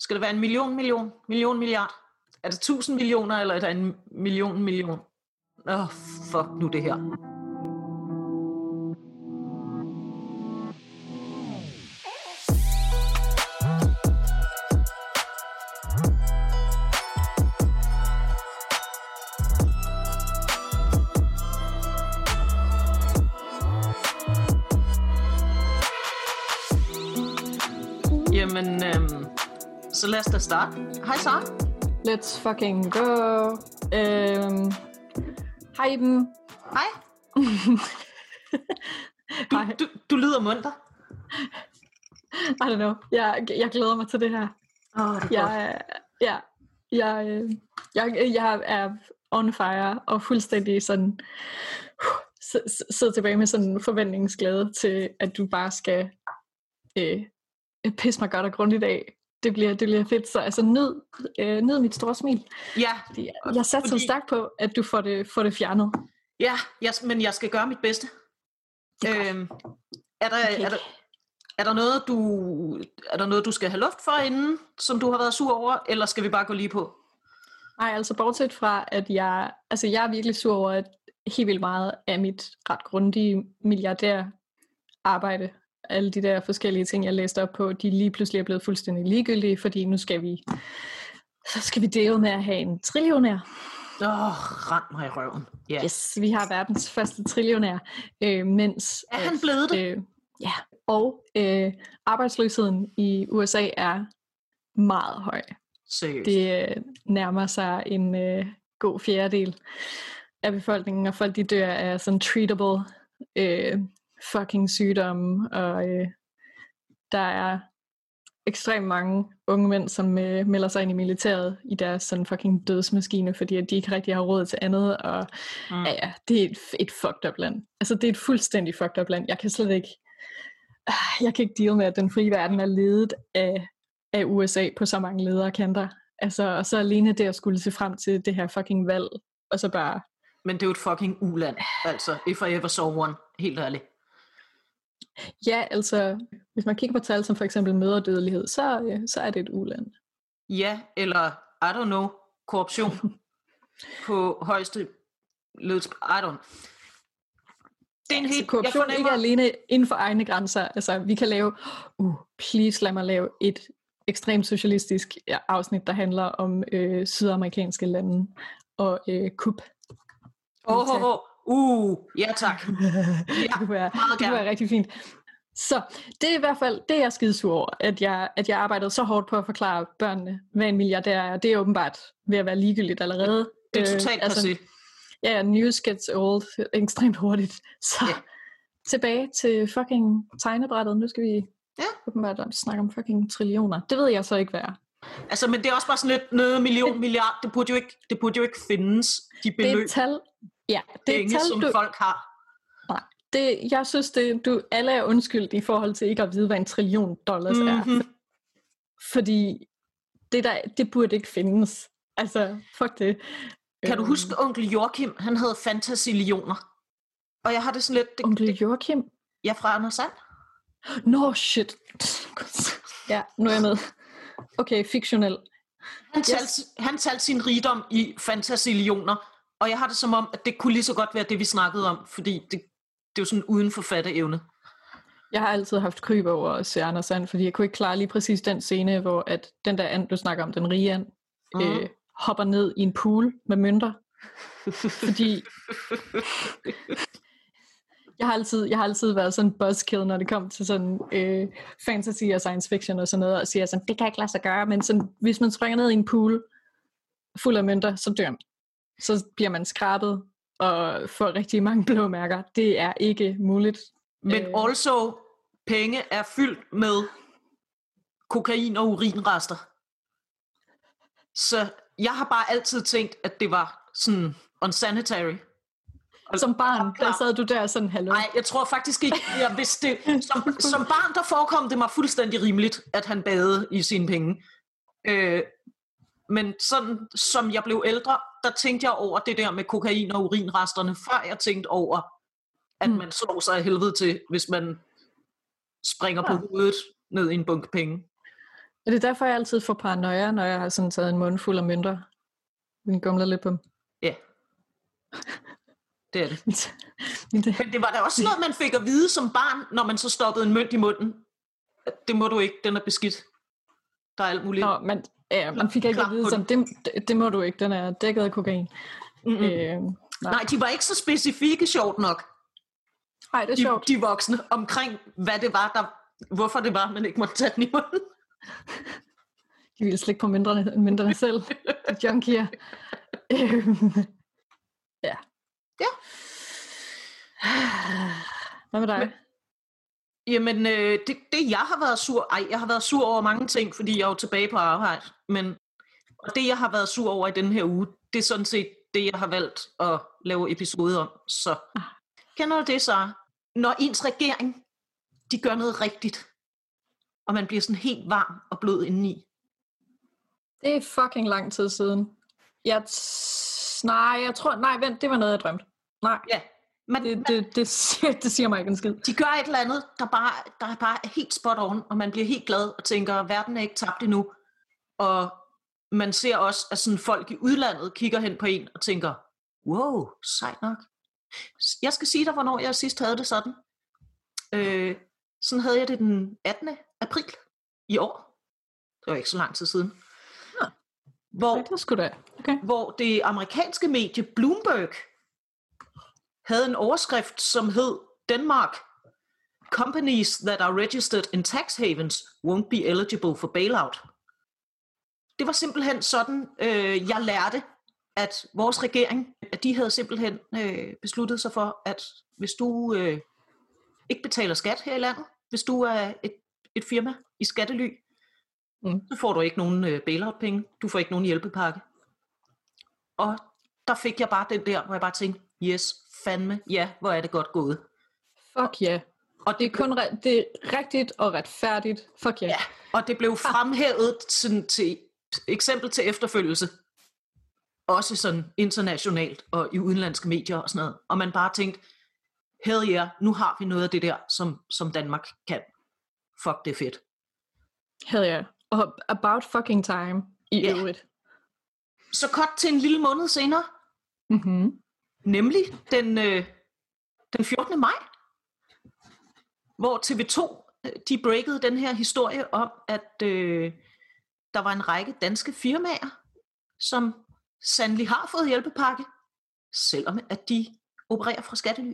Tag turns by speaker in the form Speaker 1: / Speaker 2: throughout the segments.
Speaker 1: Skal det være en million milliard? Er det 1000 millioner, eller er det en million? Fuck nu det her. Jamen, så lad os da starte. Hej Sara.
Speaker 2: Let's fucking go. Hej Iben.
Speaker 1: Hej. Du lyder munter.
Speaker 2: I don't know. Jeg glæder mig til det her.
Speaker 1: Det er
Speaker 2: jeg er on fire og fuldstændig sådan sidder tilbage med sådan en forventningsglæde til, at du bare skal pisse mig godt og grundigt af. Det bliver fedt, så altså nyd mit store smil.
Speaker 1: Ja.
Speaker 2: Jeg satte så stærkt på, at du får det fjernet.
Speaker 1: Ja, men jeg skal gøre mit bedste. Er der noget du skal have luft for inden, som du har været sur over, eller skal vi bare gå lige på?
Speaker 2: Nej, altså bortset fra, at jeg er virkelig sur over, at helt vildt meget af mit ret grundige milliardærarbejde, alle de der forskellige ting, jeg læste op på, de lige pludselig er blevet fuldstændig ligegyldige, fordi nu skal vi dele med at have en trillionær.
Speaker 1: Rend mig i røven.
Speaker 2: Yeah. Yes, vi har verdens første trillionær, mens...
Speaker 1: Er han blevet det?
Speaker 2: Ja, og arbejdsløsheden i USA er meget høj.
Speaker 1: Seriøst?
Speaker 2: Det nærmer sig en god fjerdedel af befolkningen, og folk de dør af sådan treatable fucking sygdomme, og der er ekstremt mange unge mænd, som melder sig ind i militæret i deres sådan fucking dødsmaskine, fordi at de ikke rigtig har råd til andet, og det er et fucked up land. Altså det er et fuldstændig fucked up land. Jeg kan ikke deal med, at den frie verden er ledet af USA på så mange lederkanter. Altså, og så alene det at skulle se frem til det her fucking valg, og så bare...
Speaker 1: Men det er jo et fucking uland, altså, if I ever saw one, helt ærligt.
Speaker 2: Ja, altså, hvis man kigger på tal som for eksempel mødredødelighed, så er det et uland.
Speaker 1: Ja, eller, I don't know, korruption på højeste ledelse, I don't. Det er en helt,
Speaker 2: korruption ikke alene inden for egne grænser. Altså, vi kan lave, please lad mig lave et ekstremt socialistisk afsnit, der handler om sydamerikanske lande og kup.
Speaker 1: Ja tak. Ja,
Speaker 2: det kunne være rigtig fint. Så det er i hvert fald det, jeg er skidesur over, at jeg arbejdede så hårdt på at forklare børnene, hvad en milliardær er. Det er åbenbart ved at være ligegyldigt allerede.
Speaker 1: Det er totalt passé.
Speaker 2: Ja, news gets old ekstremt hurtigt. Så tilbage til fucking tegnebrættet. Nu skal vi åbenbart snakke om fucking trillioner. Det ved jeg så ikke, hvad er.
Speaker 1: Altså, men det er også bare sådan lidt noget milliard. Det burde jo ikke findes, de beløb.
Speaker 2: Det er tal. Ja, det er
Speaker 1: penge,
Speaker 2: tal,
Speaker 1: som folk har.
Speaker 2: Nej, jeg synes, alle er undskyldt i forhold til ikke at vide, hvad $1 trillion er. Fordi det burde ikke findes. Altså, fuck det.
Speaker 1: Kan du huske onkel Joachim? Han havde fantasillioner. Og jeg har det sådan lidt...
Speaker 2: Onkel Joachim?
Speaker 1: Ja, fra Anders Sand.
Speaker 2: No shit. Ja, nu er jeg med. Okay, fiktionel.
Speaker 1: Han talte sin rigdom i fantasillioner. Og jeg har det som om, at det kunne lige så godt være det, vi snakkede om. Fordi det er jo sådan uden for fatteevne.
Speaker 2: Jeg har altid haft kryb over at se Anders Sand, fordi jeg kunne ikke klare lige præcis den scene, hvor at den der and, du snakker om, den rige and, hopper ned i en pool med mønter. Fordi jeg har altid været sådan en buzzkill, når det kom til sådan fantasy og science fiction og sådan noget, og siger sådan, det kan ikke lade sig gøre, men sådan, hvis man springer ned i en pool fuld af mønter, så dør man. Så bliver man skrabet og får rigtig mange blå mærker. Det er ikke muligt.
Speaker 1: Men also, penge er fyldt med kokain og urinrester. Så jeg har bare altid tænkt, at det var sådan unsanitary.
Speaker 2: Som barn, der sad du der sådan, hallo?
Speaker 1: Nej, jeg tror faktisk ikke, jeg vidste det. Som barn, der forekom det mig fuldstændig rimeligt, at han badede i sine penge. Men sådan, som jeg blev ældre, der tænkte jeg over det der med kokain og urinresterne, før jeg tænkte over, at man slår sig af helvede til, hvis man springer på hovedet ned i en bunke penge.
Speaker 2: Er det derfor, jeg altid får paranoia, når jeg har sådan taget en mundfuld af mønter? Den gumler lidt på dem.
Speaker 1: Ja. Det er det. Men det var da også noget, man fik at vide som barn, når man så stoppede en mønt i munden. Det må du ikke, den er beskidt. Der er alt muligt.
Speaker 2: Nå, men man fik ikke at vide, som, det må du ikke, den er dækket af kokain.
Speaker 1: Nej, de var ikke så specifikke, sjovt nok.
Speaker 2: Nej, det er sjovt.
Speaker 1: De voksne omkring, hvad det var, hvorfor det var, man ikke måtte tage den i munden.
Speaker 2: De ville slikke på mindre selv. De junkier. Ja.
Speaker 1: Ja.
Speaker 2: Hvad med dig?
Speaker 1: Jamen, det jeg har været sur... jeg har været sur over mange ting, fordi jeg er jo tilbage på arbejde. Men det, jeg har været sur over i denne her uge, det er sådan set det, jeg har valgt at lave episode om. Så kender du det, så? Når ens regering, de gør noget rigtigt, og man bliver sådan helt varm og blød indeni.
Speaker 2: Det er fucking lang tid siden. Vent, det var noget, jeg drømte. Nej.
Speaker 1: Ja.
Speaker 2: Det siger mig ikke en skid.
Speaker 1: De gør et eller andet, der bare er helt spot on, og man bliver helt glad og tænker, verden er ikke tabt endnu. Og man ser også, at sådan folk i udlandet kigger hen på en og tænker, wow, sejt nok. Jeg skal sige dig, hvornår jeg sidst havde det sådan. Sådan havde jeg det den 18. april i år. Det var ikke så lang tid siden.
Speaker 2: Ja.
Speaker 1: Hvor det amerikanske medie Bloomberg havde en overskrift, som hed Denmark. Companies that are registered in tax havens won't be eligible for bailout. Det var simpelthen sådan, jeg lærte, at vores regering, at de havde simpelthen besluttet sig for, at hvis du ikke betaler skat her i landet, hvis du er et firma i skattely, så får du ikke nogen bailout-penge, du får ikke nogen hjælpepakke. Og der fik jeg bare den der, hvor jeg bare tænkte, yes, fandme, ja, hvor er det godt gået.
Speaker 2: Fuck ja. Yeah. Og det er kun det er rigtigt og retfærdigt. Fuck ja. Yeah.
Speaker 1: Ja, og det blev fremhævet til eksempel til efterfølgelse. Også sådan internationalt og i udenlandske medier og sådan noget. Og man bare tænkte, hell yeah, nu har vi noget af det der, som Danmark kan. Fuck, det er fedt.
Speaker 2: Hell yeah. Og about fucking time i øvrigt.
Speaker 1: Så kort til en lille måned senere. Nemlig den 14. maj. Hvor TV2, de breakede den her historie om, at der var en række danske firmaer, som sandelig har fået hjælpepakke, selvom at de opererer fra skattely.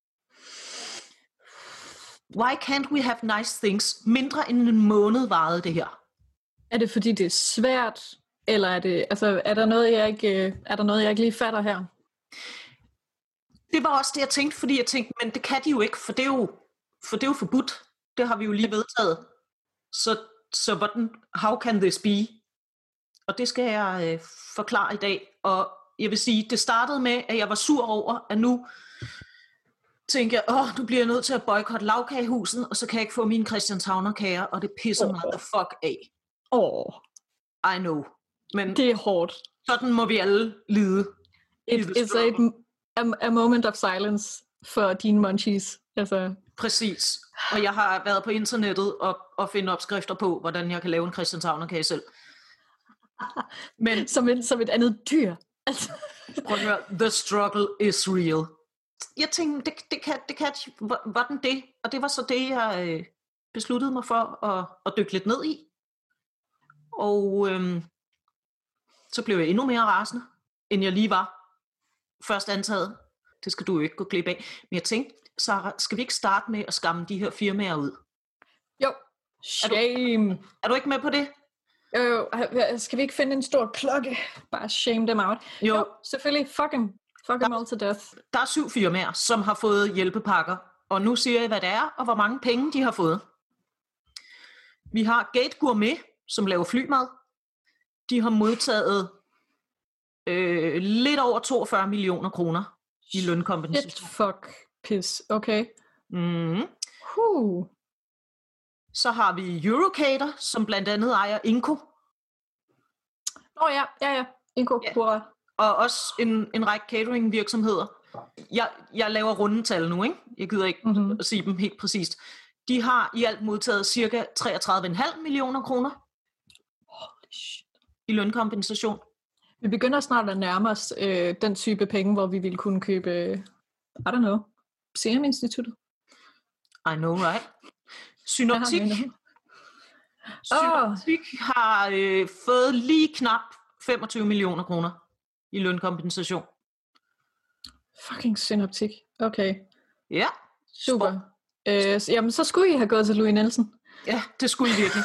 Speaker 1: Why can't we have nice things? Mindre end en måned varede det her.
Speaker 2: Er det fordi det er svært, eller er der noget jeg ikke lige fatter her?
Speaker 1: Det var også det jeg tænkte, fordi jeg tænkte, men det kan de jo ikke, for det er jo forbudt. Det har vi jo lige vedtaget. Så hvordan, how can this be? Og det skal jeg forklare i dag. Og jeg vil sige, det startede med, at jeg var sur over, at nu tænkte jeg, nu bliver jeg nødt til at boykotte Lagkagehuset, og så kan jeg ikke få mine Christianshavnerkager, og det pisser mig the fuck af. I know. Men
Speaker 2: det er hårdt.
Speaker 1: Sådan må vi alle lide.
Speaker 2: It's a moment of silence for dine munchies. Altså.
Speaker 1: Præcis. Og jeg har været på internettet og finde opskrifter på, hvordan jeg kan lave en Christianshavnerkage selv.
Speaker 2: Men som et andet dyr. Altså.
Speaker 1: Prøv at høre, the struggle is real. Jeg tænkte, det kan hvordan det? Og det var så det, jeg besluttede mig for at dykke lidt ned i. Og så blev jeg endnu mere rasende, end jeg lige var først antaget. Det skal du jo ikke gå glip af. Men jeg tænkte, Sarah, skal vi ikke starte med at skamme de her firmaer ud?
Speaker 2: Jo, shame.
Speaker 1: Er du ikke med på det?
Speaker 2: Jo, skal vi ikke finde en stor klokke? Bare shame them out. Jo selvfølgelig, fuck them all to death.
Speaker 1: Der er 7 firmaer, som har fået hjælpepakker. Og nu siger jeg, hvad det er, og hvor mange penge de har fået. Vi har Gate Gourmet, som laver flymad. De har modtaget lidt over 42 millioner kroner i lønkompensation.
Speaker 2: Fuck piss, okay.
Speaker 1: Så har vi Eurocater, som blandt andet ejer Inco.
Speaker 2: Ja, Inco. Ja.
Speaker 1: Og også en række catering virksomheder. Jeg laver rundetal nu, ikke? Jeg gider ikke at sige dem helt præcist. De har i alt modtaget cirka 33,5 millioner kroner i lønkompensation.
Speaker 2: Vi begynder snart at nærme os den type penge, hvor vi ville kunne købe, I don't know, Serum Instituttet.
Speaker 1: I know, right? Synoptik har fået lige knap 25 millioner kroner i lønkompensation.
Speaker 2: Fucking Synoptik. Okay.
Speaker 1: Ja.
Speaker 2: Super. Jamen, så skulle I have gået til Louis Nielsen.
Speaker 1: Ja, det skulle I virkelig.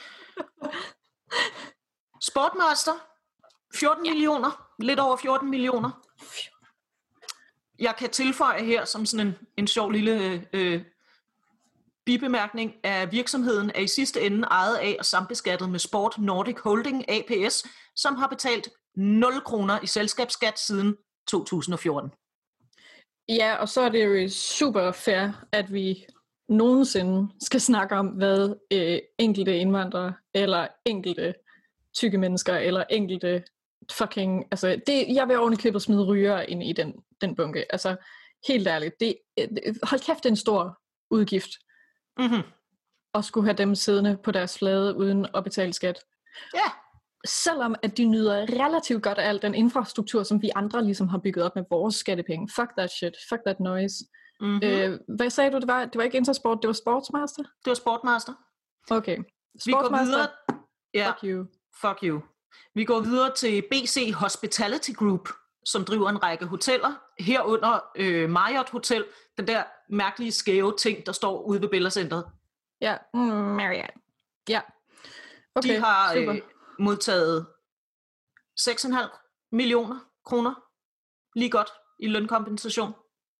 Speaker 1: Sportmaster. 14 millioner. Lidt over 14 millioner. Jeg kan tilføje her som sådan en sjov lille bibemærkning, at virksomheden er i sidste ende ejet af og sambeskattet med Sport Nordic Holding ApS, som har betalt 0 kroner i selskabsskat siden 2014.
Speaker 2: Ja, og så er det jo super fair, at vi nogensinde skal snakke om, hvad enkelte indvandrere, eller enkelte tykke mennesker, eller enkelte fucking... Altså, jeg vil ovenikøbet smide ryger ind i den bunke. Altså, helt ærligt. Hold kæft, det er en stor udgift. Mm-hmm. At skulle have dem siddende på deres flade, uden at betale skat.
Speaker 1: Ja.
Speaker 2: Selvom at de nyder relativt godt af al den infrastruktur, som vi andre ligesom har bygget op med vores skattepenge. Fuck that shit. Fuck that noise. Mm-hmm. Hvad sagde du, det var? Det var ikke Intersport, det var Sportsmaster?
Speaker 1: Det var Sportmaster.
Speaker 2: Okay.
Speaker 1: Vi går videre. Ja.
Speaker 2: Fuck you.
Speaker 1: Fuck you. Vi går videre til BC Hospitality Group, som driver en række hoteller. Herunder Marriott Hotel, den der mærkelige skæve ting, der står ude ved Bella Centeret.
Speaker 2: Ja, Marriott. Ja. Okay,
Speaker 1: de har modtaget 6,5 millioner kroner, lige godt, i lønkompensation.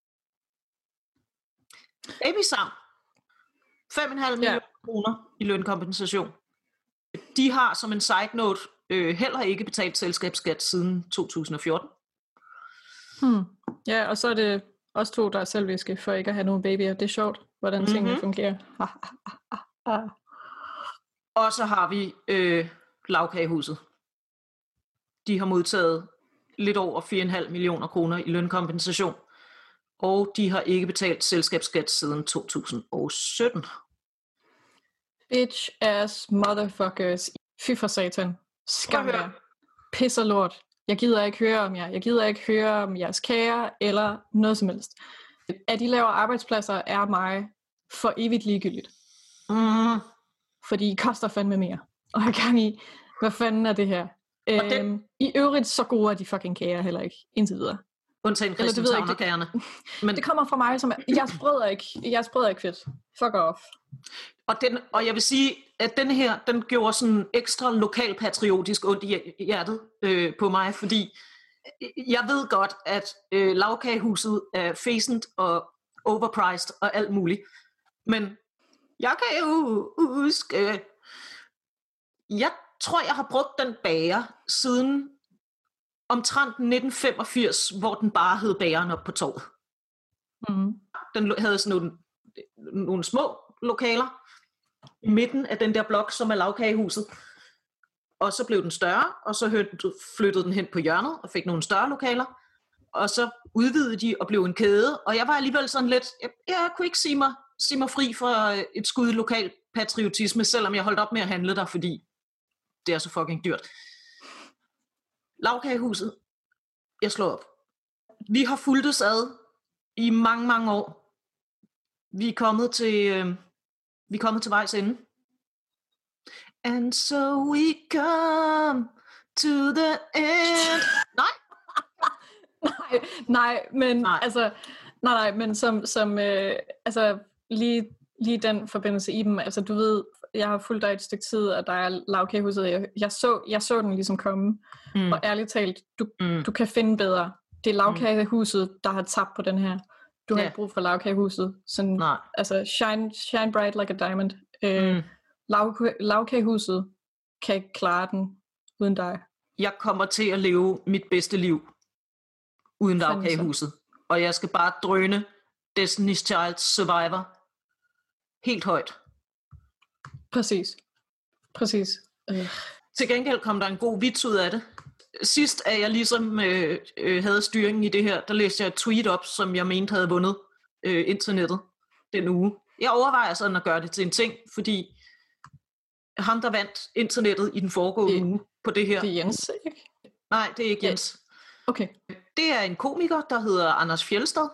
Speaker 1: Abisam, 5,5 millioner kroner i lønkompensation. De har som en side note heller ikke betalt selskabsskat siden 2014.
Speaker 2: Ja, og så er det os to, der er selviske for ikke at have nogen babyer. Det er sjovt, hvordan tingene fungerer.
Speaker 1: Og så har vi Lagkagehuset. De har modtaget lidt over 4,5 millioner kroner i lønkompensation. Og de har ikke betalt selskabsskat siden 2017.
Speaker 2: Bitch ass motherfuckers. Fy for satan. Skam jer. Pisser lort. Jeg gider ikke høre om jer. Jeg gider ikke høre om jeres kager eller noget som helst. At de laver arbejdspladser er mig for evigt ligegyldigt. Fordi I koster fandme mere. Og jeg gang i, hvad fanden er det her? I øvrigt så gode er de fucking kager heller ikke. Indtil videre.
Speaker 1: Undtagen Christianshavnerkagerne.
Speaker 2: Men det kommer fra mig som jeres brød er ikke fedt. Fuck off.
Speaker 1: Og jeg vil sige, at den her, den gjorde sådan ekstra lokalpatriotisk ondt i hjertet på mig, fordi jeg ved godt, at Lagkagehuset er fæsent og overpriced og alt muligt. Men jeg kan jo huske, jeg tror, jeg har brugt den bager siden omtrent 1985, hvor den bare hed Bageren op på torvet. Den havde sådan nogle små lokaler i midten af den der blok, som er Lagkagehuset. Og så blev den større, og så flyttede den hen på hjørnet og fik nogle større lokaler. Og så udvidede de og blev en kæde. Og jeg var alligevel sådan lidt, jeg kunne ikke sige mig fri for et skud lokal patriotisme, selvom jeg holdt op med at handle der, fordi det er så fucking dyrt. Lagkagehuset, jeg slår op. Vi har fulgtes ad i mange, mange år. Vi er kommet til vejs ende. And so we come to the end.
Speaker 2: Nej, men som altså lige den forbindelse i dem, altså du ved, jeg har fulgt dig et stykke tid, og der er Lagkagehuset, jeg så den ligesom komme, og ærligt talt, du kan finde bedre. Det er Lagkagehuset, der har tabt på den her. Du har ikke brug for Lagkagehuset. Sådan, altså, shine bright like a diamond. Lagkagehuset kan ikke klare den uden dig.
Speaker 1: Jeg kommer til at leve mit bedste liv uden Lagkagehuset. Og jeg skal bare drøne Destiny's Child Survivor helt højt.
Speaker 2: Præcis.
Speaker 1: Til gengæld kom der en god vits ud af det. Sidst, at jeg ligesom havde styringen i det her, der læste jeg et tweet op, som jeg mente havde vundet internettet den uge. Jeg overvejer sådan at gøre det til en ting, fordi ham, der vandt internettet i den foregående uge på det her.
Speaker 2: Det er Jens, ikke?
Speaker 1: Nej, det er ikke Jens.
Speaker 2: Okay.
Speaker 1: Det er en komiker, der hedder Anders Fjeldstad.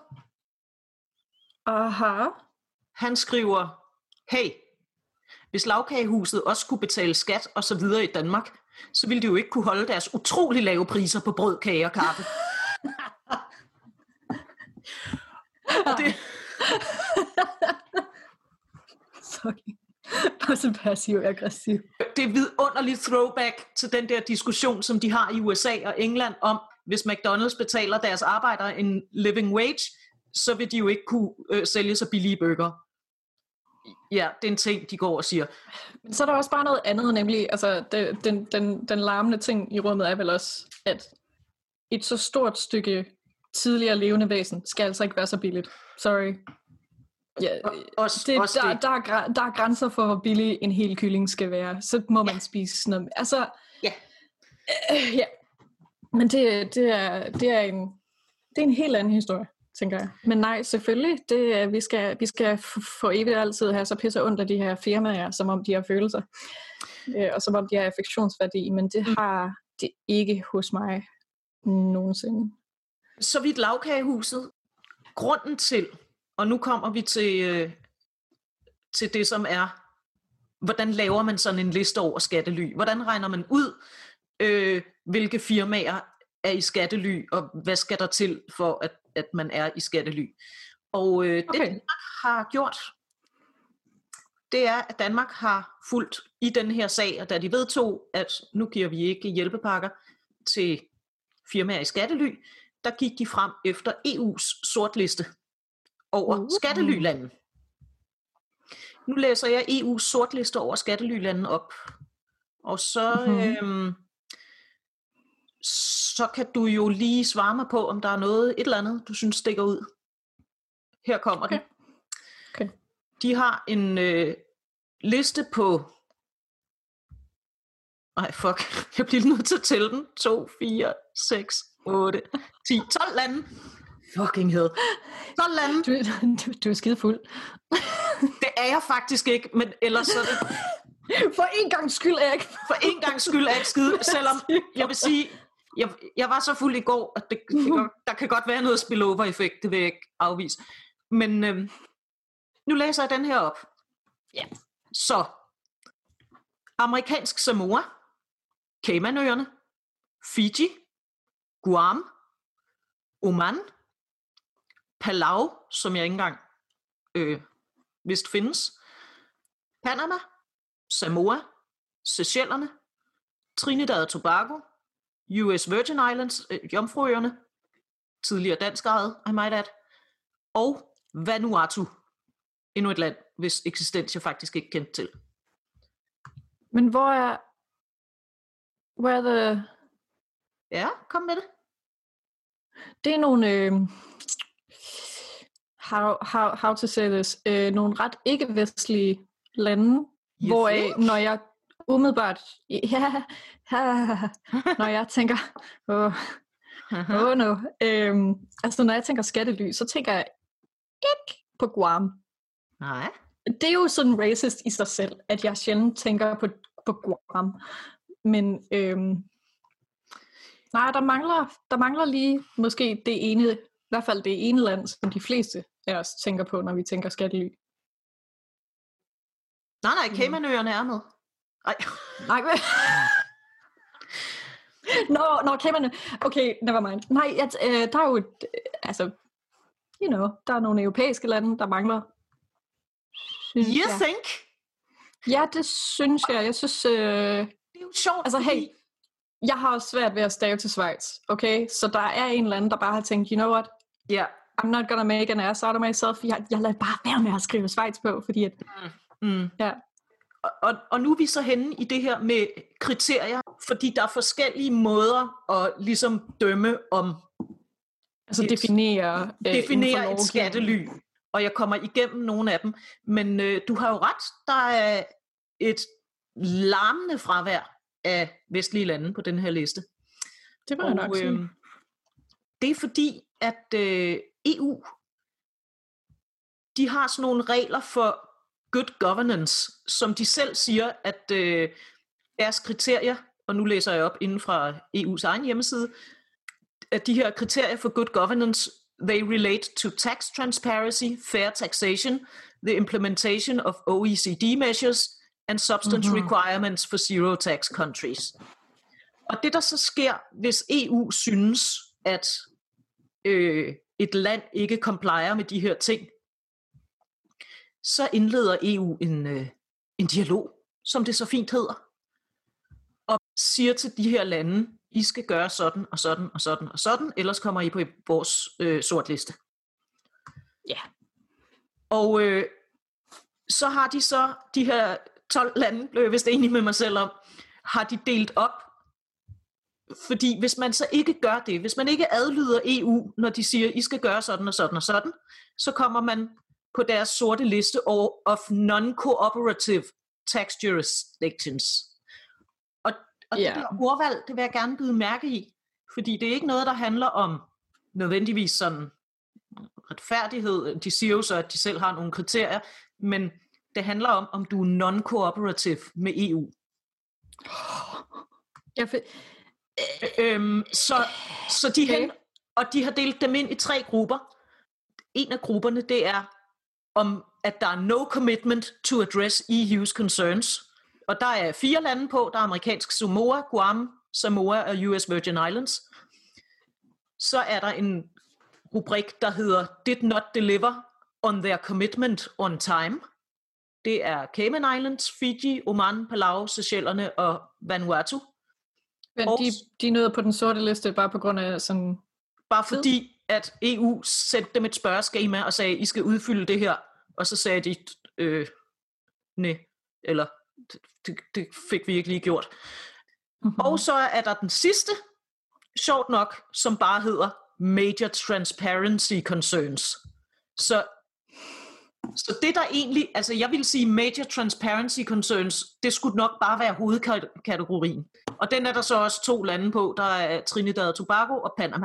Speaker 2: Aha.
Speaker 1: Han skriver, hey, hvis Lagkagehuset også skulle betale skat og så videre i Danmark, så ville de jo ikke kunne holde deres utrolig lave priser på brød, kage og kaffe. Og det...
Speaker 2: Sorry. Bare så passiv-aggressiv.
Speaker 1: Det er vidunderligt throwback til den der diskussion, som de har i USA og England om, hvis McDonald's betaler deres arbejdere en living wage, så vil de jo ikke kunne sælge så billige burger. Ja, det er en ting, de går og siger.
Speaker 2: Men så er der også bare noget andet, nemlig, altså, den larmende ting i rummet er vel også, at et så stort stykke tidligere levende væsen skal altså ikke være så billigt. Sorry. Ja, der er grænser for, hvor billig en hel kylling skal være. Så må man spise noget. Altså, ja. Men det er en helt anden historie, tænker jeg. Men nej, selvfølgelig, vi skal for evigt altid have så pisse ondt af de her firmaer, som om de har følelser. Og som om de har affektionsværdi, men det har det ikke hos mig nogensinde.
Speaker 1: Så vidt Lagkagehuset. Grunden til, og nu kommer vi til det, som er, hvordan laver man sådan en liste over skattely? Hvordan regner man ud, hvilke firmaer er i skattely, og hvad skal der til for, at man er i skattely? Og det Danmark har gjort, det er, at Danmark har fulgt i den her sag, og da de vedtog, at nu giver vi ikke hjælpepakker til firmaer i skattely, der gik de frem efter EU's sortliste over skattelylande. Nu læser jeg EU's sortliste over skattelylande op, og så kan du jo lige svare mig på, om der er noget, et eller andet, du synes stikker ud. Her kommer det.
Speaker 2: Okay.
Speaker 1: De har en liste på... Ej, fuck. Jeg bliver nødt til at tælle den. 2, 4, 6, 8, 10, 12 lande. Fucking hell. 12 lande.
Speaker 2: Du er skide fuld.
Speaker 1: Det er jeg faktisk ikke, men ellers så er det...
Speaker 2: For en gang skyld er jeg ikke.
Speaker 1: For en gang skyld er jeg ikke skide, selvom jeg vil sige, jeg var så fuld i går, at der kan godt være noget spillover-effekt, det vil jeg ikke afvise. Men nu læser jeg den her op. Ja. Så, amerikansk Samoa, Caymanøerne, Fiji, Guam, Oman, Palau, som jeg ikke engang vist findes, Panama, Samoa, Seychellerne, Trinidad og Tobago, US Virgin Islands, Jomfruøerne, tidligere dansk ejet, I might add, og Vanuatu, endnu et land, hvis eksistens jeg faktisk ikke kendte til.
Speaker 2: Men hvor er the...
Speaker 1: Ja, kom med det.
Speaker 2: Det er nogle... how to say this? Nogle ret ikke-vestlige lande, hvoraf, når jeg umiddelbart... når jeg tænker... no. Altså, når jeg tænker skattely, så tænker jeg ikke på Guam.
Speaker 1: Nej.
Speaker 2: Det er jo sådan racist i sig selv, at jeg sjældent tænker på Guam. Men nej, der mangler lige måske det ene, i hvert fald det ene land, som de fleste af os tænker på, når vi tænker skattely.
Speaker 1: Nej, Caymanøerne er med.
Speaker 2: Nej, Nå, Caymanø. Okay, never mind. Nej, der er jo altså, der er nogle europæiske lande, der mangler.
Speaker 1: You think?
Speaker 2: Ja, det synes jeg. Jeg synes...
Speaker 1: Det er jo sjovt.
Speaker 2: Altså, hey, jeg har også svært ved at stave til Schweiz, okay? Så der er en eller anden, der bare har tænkt, you know what?
Speaker 1: Yeah.
Speaker 2: I'm not gonna make an ass out of myself. Jeg lader bare være med at skrive Schweiz på, fordi at... Ja.
Speaker 1: Og nu er vi så henne i det her med kriterier, fordi der er forskellige måder at ligesom dømme om...
Speaker 2: Altså definere
Speaker 1: et skattely. Og jeg kommer igennem nogle af dem. Men du har jo ret, der er et larmende fravær af vestlige lande på den her liste.
Speaker 2: Det må jeg nok sige.
Speaker 1: Det er fordi, at EU, de har sådan nogle regler for, good governance, som de selv siger, at deres kriterier, og nu læser jeg op inden fra EU's egen hjemmeside, at de her kriterier for good governance, they relate to tax transparency, fair taxation, the implementation of OECD measures, and substance requirements for zero tax countries. Og det der så sker, hvis EU synes, at et land ikke complier med de her ting, så indleder EU en dialog, som det så fint hedder, og siger til de her lande, I skal gøre sådan og sådan og sådan og sådan, ellers kommer I på vores sortliste.
Speaker 2: Ja. Yeah.
Speaker 1: Og så har de her 12 lande, blev jeg vist enig med mig selv om, har de delt op. Fordi hvis man så ikke gør det, hvis man ikke adlyder EU, når de siger, I skal gøre sådan og sådan og sådan, så kommer man på deres sorte liste of non-cooperative tax jurisdictions. Og det der ordvalg, det vil jeg gerne bide mærke i, fordi det er ikke noget, der handler om nødvendigvis sådan retfærdighed. De siger jo så, at de selv har nogle kriterier, men det handler om du er non-cooperative med EU. Så de har delt dem ind i 3 grupper. En af grupperne, det er om, at der er no commitment to address EU's concerns. Og der er 4 lande på. Der er amerikansk Samoa, Guam, Samoa og US Virgin Islands. Så er der en rubrik, der hedder Did not deliver on their commitment on time. Det er Cayman Islands, Fiji, Oman, Palau, Seychellerne og Vanuatu.
Speaker 2: Men de er nede på den sorte liste bare på grund af sådan...
Speaker 1: Bare fordi, at EU sendte dem et spørgeskema og sagde, I skal udfylde det her. Og så sagde de, nej, eller det fik vi ikke lige gjort. Og så er der den sidste, sjovt nok, som bare hedder Major Transparency Concerns. Så det der egentlig, altså jeg vil sige Major Transparency Concerns, det skulle nok bare være hovedkategorien. Og den er der så også 2 lande på, der er Trinidad og Tobago og Panama.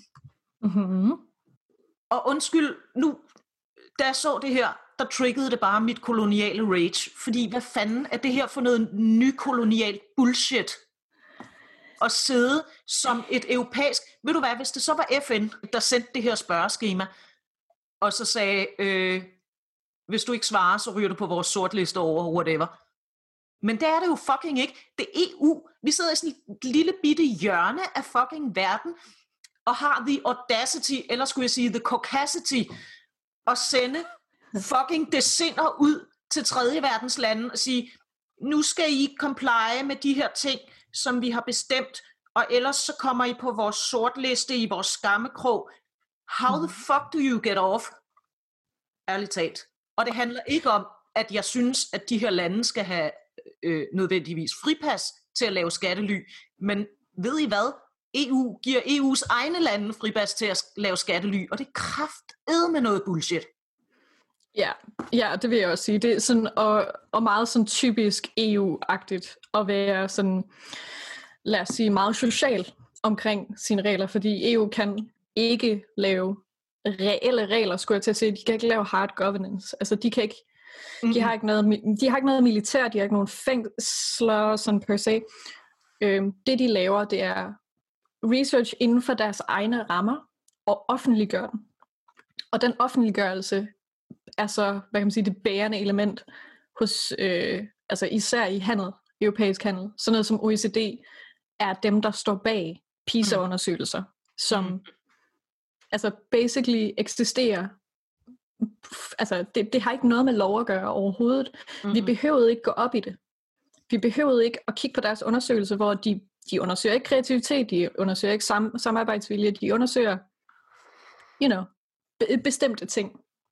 Speaker 1: Og undskyld, nu, da jeg så det her, der triggede det bare mit koloniale rage. Fordi hvad fanden er det her for noget nykolonialt bullshit? At sidde som et europæisk... Ved du hvad, hvis det så var FN, der sendte det her spørgeskema, og så sagde, hvis du ikke svarer, så ryger du på vores sortliste over, whatever. Men det er det jo fucking ikke. Det er EU. Vi sidder i sådan et lille bitte hjørne af fucking verden, og har the audacity, eller skulle jeg sige the caucasity, at sende fucking desinder ud til tredje verdens lande og sige, nu skal I comply med de her ting, som vi har bestemt, og ellers så kommer I på vores sortliste i vores skammekrog. How the fuck do you get off? Ærligt talt. Og det handler ikke om, at jeg synes, at de her lande skal have nødvendigvis fripas til at lave skattely, men ved I hvad? EU giver EU's egne lande fripas til at lave skattely, og det er kraftedme noget bullshit.
Speaker 2: Ja, det vil jeg også sige. Det er sådan, og meget sådan typisk EU-agtigt at være sådan, lad os sige, meget social omkring sine regler, fordi EU kan ikke lave reelle regler, skulle jeg til at sige. De kan ikke lave hard governance. Altså, de kan ikke, de har ikke noget militær, de har ikke nogen fængsler, sådan per se. Det de laver, det er research inden for deres egne rammer, og offentliggør den. Og den offentliggørelse er så, hvad kan man sige, det bærende element hos, altså især i handel, europæisk handel. Sådan noget som OECD er dem, der står bag PISA-undersøgelser, som altså basically eksisterer. Altså det har ikke noget med lov at gøre overhovedet. Vi behøvede ikke gå op i det. Vi behøvede ikke at kigge på deres undersøgelser, hvor de undersøger ikke kreativitet, de undersøger ikke samarbejdsvilje, de undersøger, bestemte ting.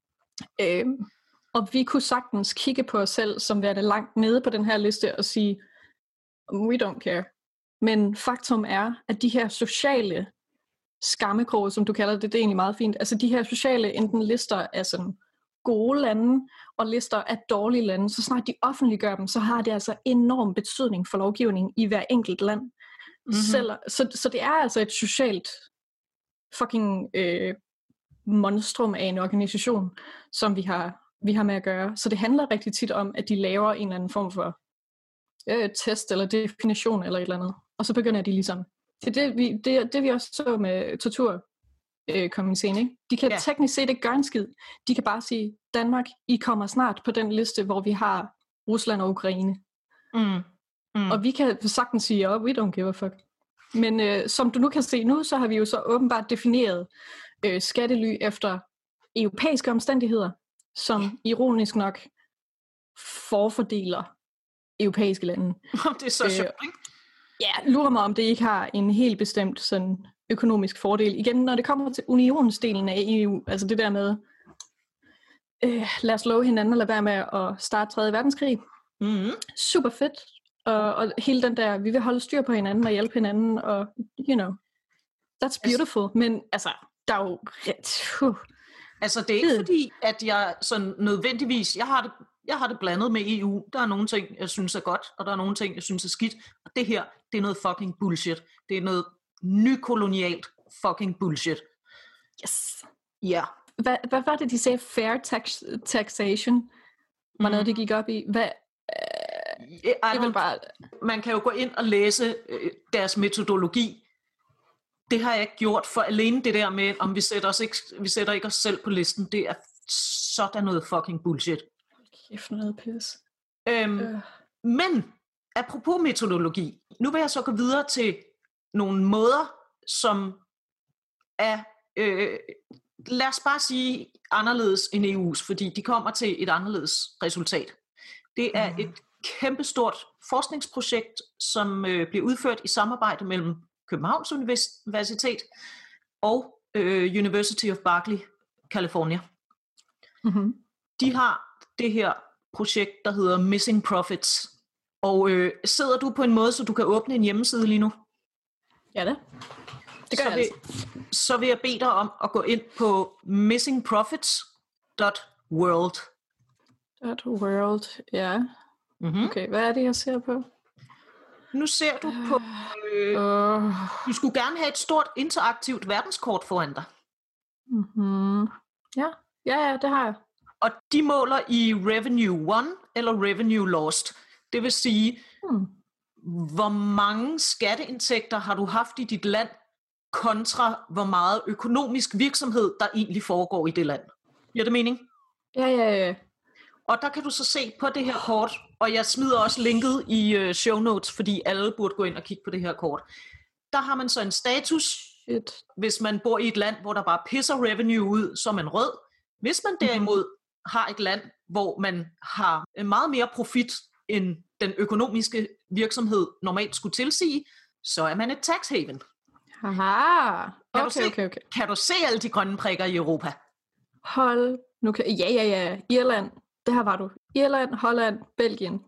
Speaker 2: Og vi kunne sagtens kigge på os selv, som værende langt nede på den her liste, og sige, we don't care. Men faktum er, at de her sociale skammekroge, som du kalder det, det er egentlig meget fint. Altså de her sociale enten lister af sådan gode lande, og lister af dårlige lande, så snart de offentliggør dem, så har det altså enorm betydning for lovgivningen i hver enkelt land. Så det er altså et socialt fucking monstrum af en organisation, som vi har vi har med at gøre. Så det handler rigtig tit om, at de laver en eller anden form for test eller definition eller et eller andet. Og så begynder de ligesom. Det er det vi også så med torturkomiteen, ikke? De kan teknisk set ikke gøre en skid. De kan bare sige, Danmark, I kommer snart på den liste, hvor vi har Rusland og Ukraine. Og vi kan sagtens sige, we don't give a fuck. Men som du nu kan se nu, så har vi jo så åbenbart defineret skattely efter europæiske omstændigheder, som ironisk nok forfordeler europæiske lande.
Speaker 1: Det er så sjovt, ikke?
Speaker 2: Ja, lurer mig om det ikke har en helt bestemt sådan økonomisk fordel. Igen, når det kommer til unionsdelen af EU, altså det der med, lad os love hinanden og lade være med at starte 3. verdenskrig. Super fedt. Og hele den der, vi vil holde styr på hinanden og hjælpe hinanden, og that's beautiful. Men altså, der er jo
Speaker 1: Altså, det er ikke fordi, at jeg sådan nødvendigvis, jeg har det blandet med EU. Der er nogle ting, jeg synes er godt, og der er nogle ting, jeg synes er skidt. Og det her, det er noget fucking bullshit. Det er noget nykolonialt fucking bullshit.
Speaker 2: Yes.
Speaker 1: Ja.
Speaker 2: Hvad var det, de sagde? Fair taxation? Var noget, de gik op i?
Speaker 1: Man kan jo gå ind og læse deres metodologi. Det har jeg ikke gjort, for alene det der med, om vi sætter ikke os selv på listen, det er sådan noget fucking bullshit.
Speaker 2: Kæft noget pis.
Speaker 1: Men, apropos metodologi, nu vil jeg så gå videre til nogle måder, som er, lad os bare sige, anderledes end EU's, fordi de kommer til et anderledes resultat. Det er et kæmpestort forskningsprojekt, som bliver udført i samarbejde mellem Københavns Universitet og University of Berkeley, California. De har det her projekt, der hedder Missing Profits. Og sidder du på en måde, så du kan åbne en hjemmeside lige nu?
Speaker 2: Ja det gør jeg altså.
Speaker 1: Så vil jeg bede dig om at gå ind på missingprofits.world.
Speaker 2: .world, ja. Okay, hvad er det, jeg ser på?
Speaker 1: Nu ser du på... Du skulle gerne have et stort interaktivt verdenskort foran dig.
Speaker 2: Ja, det har jeg.
Speaker 1: Og de måler i revenue won eller revenue lost. Det vil sige, hvor mange skatteindtægter har du haft i dit land, kontra hvor meget økonomisk virksomhed, der egentlig foregår i det land. Giver det mening?
Speaker 2: Ja.
Speaker 1: Og der kan du så se på det her kort, og jeg smider også linket i show notes, fordi alle burde gå ind og kigge på det her kort. Der har man så en status. Hvis man bor i et land, hvor der bare pisser revenue ud, så er man rød. Hvis man derimod har et land, hvor man har meget mere profit, end den økonomiske virksomhed normalt skulle tilsige, så er man et tax haven.
Speaker 2: Aha.
Speaker 1: Okay. Kan du se alle de grønne prikker i Europa?
Speaker 2: Ja. Irland. Det her var du. Irland, Holland, Belgien.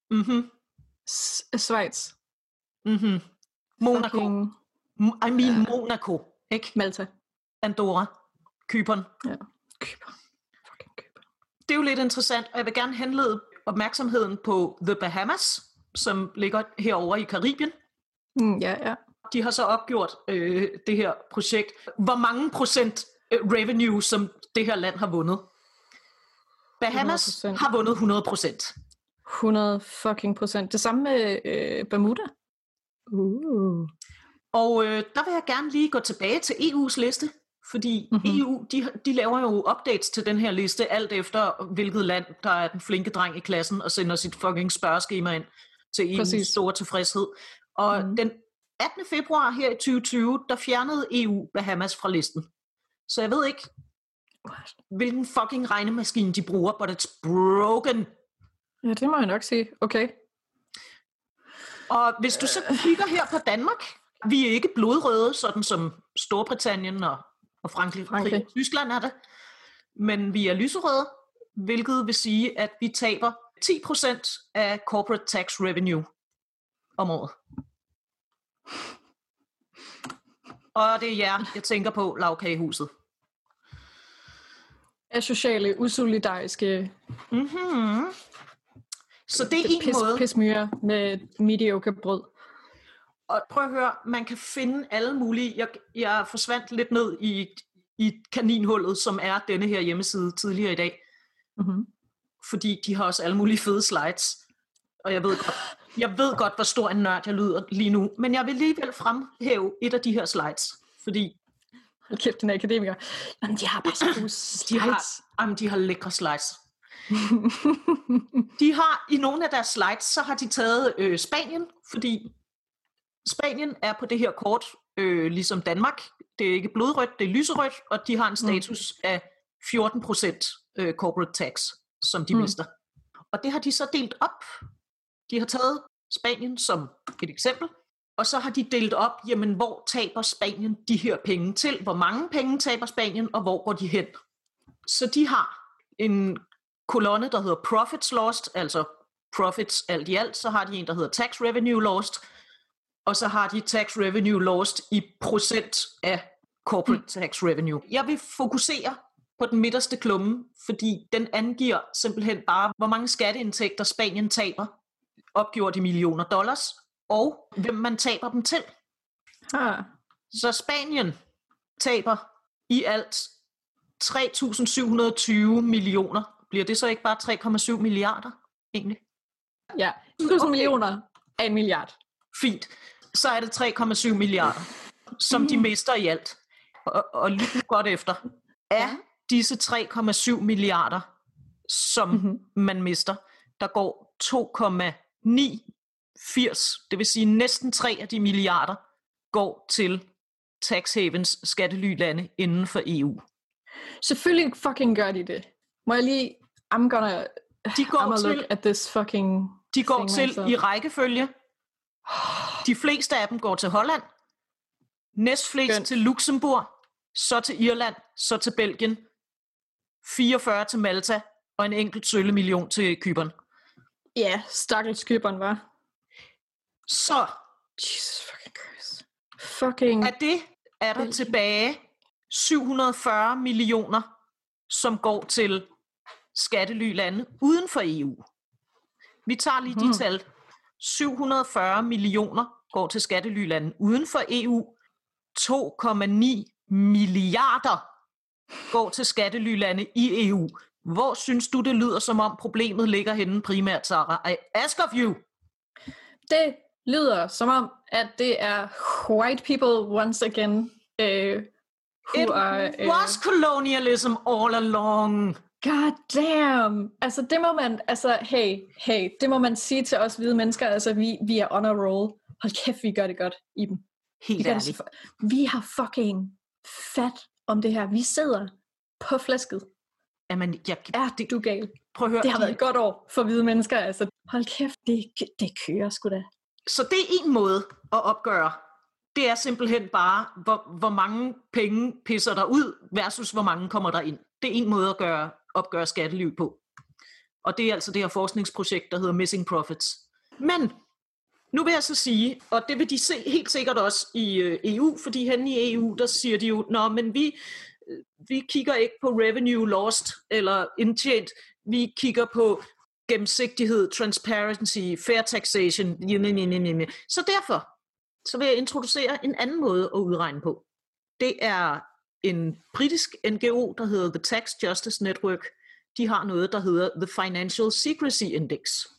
Speaker 2: Schweiz.
Speaker 1: Monaco. Monaco, ikke?
Speaker 2: Malta.
Speaker 1: Andorra. Cypern.
Speaker 2: Ja, Cypern.
Speaker 1: Det er jo lidt interessant, og jeg vil gerne henlede opmærksomheden på The Bahamas, som ligger herovre i Karibien.
Speaker 2: Ja.
Speaker 1: De har så opgjort det her projekt. Hvor mange procent revenue, som det her land har vundet? Bahamas 100%. Har vundet
Speaker 2: 100%. Det samme med Bermuda.
Speaker 1: Og der vil jeg gerne lige gå tilbage til EU's liste, fordi EU, de laver jo updates til den her liste, alt efter hvilket land, der er den flinke dreng i klassen, og sender sit fucking spørgeskema ind til EU's store tilfredshed. Og den 18. februar her i 2020, der fjernede EU Bahamas fra listen. Så jeg ved ikke, hvilken fucking regnemaskine de bruger, but it's broken.
Speaker 2: Ja, det må jeg nok sige. Okay.
Speaker 1: Og hvis du så kigger her på Danmark, vi er ikke blodrøde, sådan som Storbritannien og Frankrig. Tyskland er det. Men vi er lyserøde, hvilket vil sige, at vi taber 10% af corporate tax revenue om året. Og det er jer, jeg tænker på, lavkagehuset.
Speaker 2: Af sociale, usolidariske...
Speaker 1: Så det er en måde...
Speaker 2: Pismyre med mediocre brød.
Speaker 1: Og prøv at høre, man kan finde alle mulige... Jeg forsvandt lidt ned i kaninhullet, som er denne her hjemmeside tidligere i dag.
Speaker 2: Mm-hmm.
Speaker 1: Fordi de har også alle mulige fede slides. Og jeg ved godt, hvor stor en nørd jeg lyder lige nu, men jeg vil alligevel fremhæve et af de her slides, fordi...
Speaker 2: Hold kæft, den akademiker. Jamen, de har bare så gode slides.
Speaker 1: De har lækre slides. De har i nogle af deres slides, så har de taget Spanien, fordi Spanien er på det her kort ligesom Danmark. Det er ikke blodrødt, det er lyserødt, og de har en status af 14% corporate tax, som de mister. Og det har de så delt op. De har taget Spanien som et eksempel, og så har de delt op, jamen hvor taber Spanien de her penge til? Hvor mange penge taber Spanien, og hvor går de hen? Så de har en kolonne, der hedder profits lost, altså profits alt i alt. Så har de en, der hedder tax revenue lost, og så har de tax revenue lost i procent af corporate tax revenue. Jeg vil fokusere på den midterste klumme, fordi den angiver simpelthen bare, hvor mange skatteindtægter Spanien taber, opgjort i millioner dollars, og hvem man taber dem til. Så Spanien taber i alt 3.720 millioner. Bliver det så ikke bare 3,7 milliarder egentlig?
Speaker 2: Ja, 1.000 millioner af en milliard.
Speaker 1: Fint. Så er det 3,7 milliarder, som de mister i alt. Og lyt godt efter. Af disse 3,7 milliarder, som man mister, der går 2,980, det vil sige næsten 3 af de milliarder, går til tax havens skattelylande inden for EU.
Speaker 2: Selvfølgelig fucking gør de det. Må jeg lige... I'm gonna look at this fucking...
Speaker 1: De går til i rækkefølge. De fleste af dem går til Holland. Næstflest til Luxembourg. Så til Irland. Så til Belgien. 44 til Malta. Og en enkelt sølle million til Cypern.
Speaker 2: Ja, stakkels Cypern, var.
Speaker 1: Så.
Speaker 2: Jesus fucking Christ. Fucking...
Speaker 1: Af det er der tilbage 740 millioner, som går til skattelylande uden for EU. Vi tager lige de tal. 740 millioner går til skattelylande uden for EU. 2,9 milliarder går til skattelylande i EU. Hvor synes du, det lyder som om problemet ligger henne primært, Sarah? I ask of you.
Speaker 2: Det lyder som om, at det er white people once again.
Speaker 1: It was colonialism all along.
Speaker 2: God damn. Altså det må man, hey, det må man sige til os hvide mennesker. Altså vi er on a roll. Hold kæft, vi gør det godt i dem.
Speaker 1: Helt ærligt.
Speaker 2: Vi har fucking fat om det her. Vi sidder på flæsket.
Speaker 1: Jamen,
Speaker 2: du gal.
Speaker 1: Prøv at høre.
Speaker 2: Det har været et godt år for hvide mennesker. Altså, hold kæft, det kører sgu da.
Speaker 1: Så det er en måde at opgøre. Det er simpelthen bare, hvor mange penge pisser der ud, versus hvor mange kommer der ind. Det er en måde at opgøre skattely på. Og det er altså det her forskningsprojekt, der hedder Missing Profits. Men nu vil jeg så sige, og det vil de se helt sikkert også i EU, fordi henne i EU, der siger de jo, men vi kigger ikke på revenue lost eller indtjent, vi kigger på gennemsigtighed, transparency, fair taxation. Så derfor så vil jeg introducere en anden måde at udregne på. Det er en britisk NGO, der hedder The Tax Justice Network. De har noget, der hedder The Financial Secrecy Index.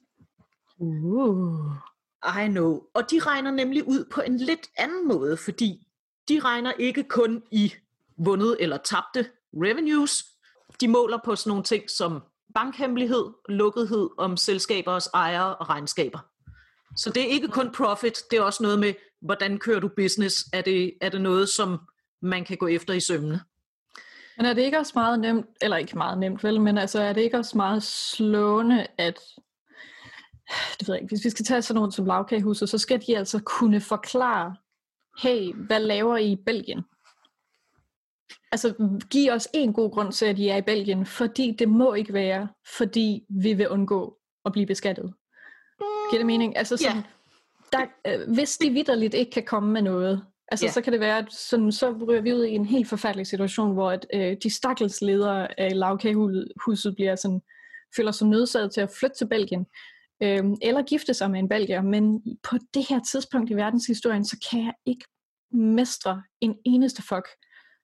Speaker 1: I know. Og de regner nemlig ud på en lidt anden måde, fordi de regner ikke kun i vundet eller tabte revenues. De måler på sådan nogle ting som bankhemmelighed, lukkethed om selskabers ejere og regnskaber. Så det er ikke kun profit, det er også noget med, hvordan kører du business? Er det noget, som man kan gå efter i sømmene?
Speaker 2: Men er det ikke også meget nemt, eller ikke meget nemt vel, men altså er det ikke også meget slående, at det ved jeg ikke, hvis vi skal tage sådan noget som Lagkagehuset, så skal de altså kunne forklare, hey, hvad laver I Belgien? Altså giv os en god grund til, at I er i Belgien, fordi det må ikke være, fordi vi vil undgå at blive beskattet. Giver det mening? Altså sådan, hvis de vitterligt ikke kan komme med noget, altså så kan det være, at sådan, så ryger vi ud i en helt forfærdelig situation, hvor at, de stakkels ledere af Lagkagehuset føler sig nødsaget til at flytte til Belgien, eller gifte sig med en belgier, men på det her tidspunkt i verdenshistorien, så kan jeg ikke mestre en eneste fuck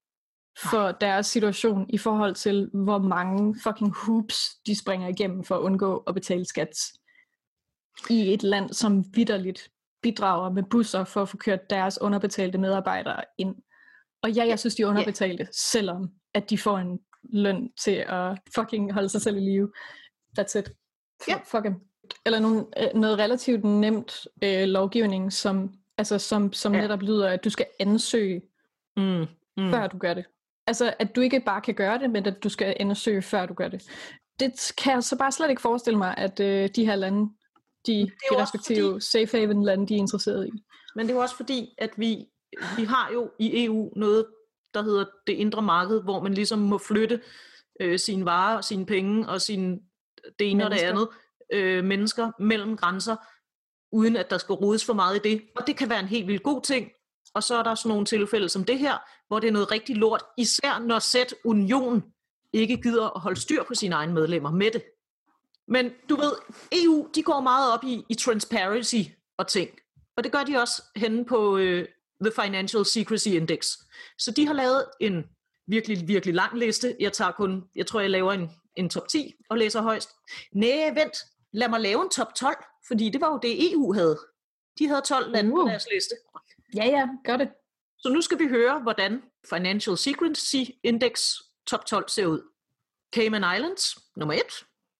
Speaker 2: for deres situation i forhold til, hvor mange fucking hoops de springer igennem for at undgå at betale skat i et land, som vitterligt bidrager med busser for at få kørt deres underbetalte medarbejdere ind. Og ja, jeg synes, de er underbetalte, selvom at de får en løn til at fucking holde sig selv i live. That's it. Fuck them. Eller noget relativt nemt lovgivning, som netop lyder, at du skal ansøge, før du gør det. Altså, at du ikke bare kan gøre det, men at du skal ansøge, før du gør det. Det kan jeg så bare slet ikke forestille mig, at de her lande, de respektive safe haven lande, de er interesseret i.
Speaker 1: Men det er jo også fordi, at vi har jo i EU noget, der hedder det indre marked, hvor man ligesom må flytte sine varer, sine penge og sine det ene og det andet mennesker mellem grænser, uden at der skal rodes for meget i det. Og det kan være en helt vildt god ting. Og så er der sådan nogle tilfælde som det her, hvor det er noget rigtig lort, især når Union ikke gider at holde styr på sine egne medlemmer med det. Men du ved, EU, de går meget op i transparency og ting. Og det gør de også henne på The Financial Secrecy Index. Så de har lavet en virkelig, virkelig lang liste. Jeg tror, jeg laver en top 10 og læser højst. Næh, vent. Lad mig lave en top 12, fordi det var jo det, EU havde. De havde 12 lande på deres liste.
Speaker 2: Ja, gør det.
Speaker 1: Så nu skal vi høre, hvordan Financial Secrecy Index top 12 ser ud. Cayman Islands, nummer 1.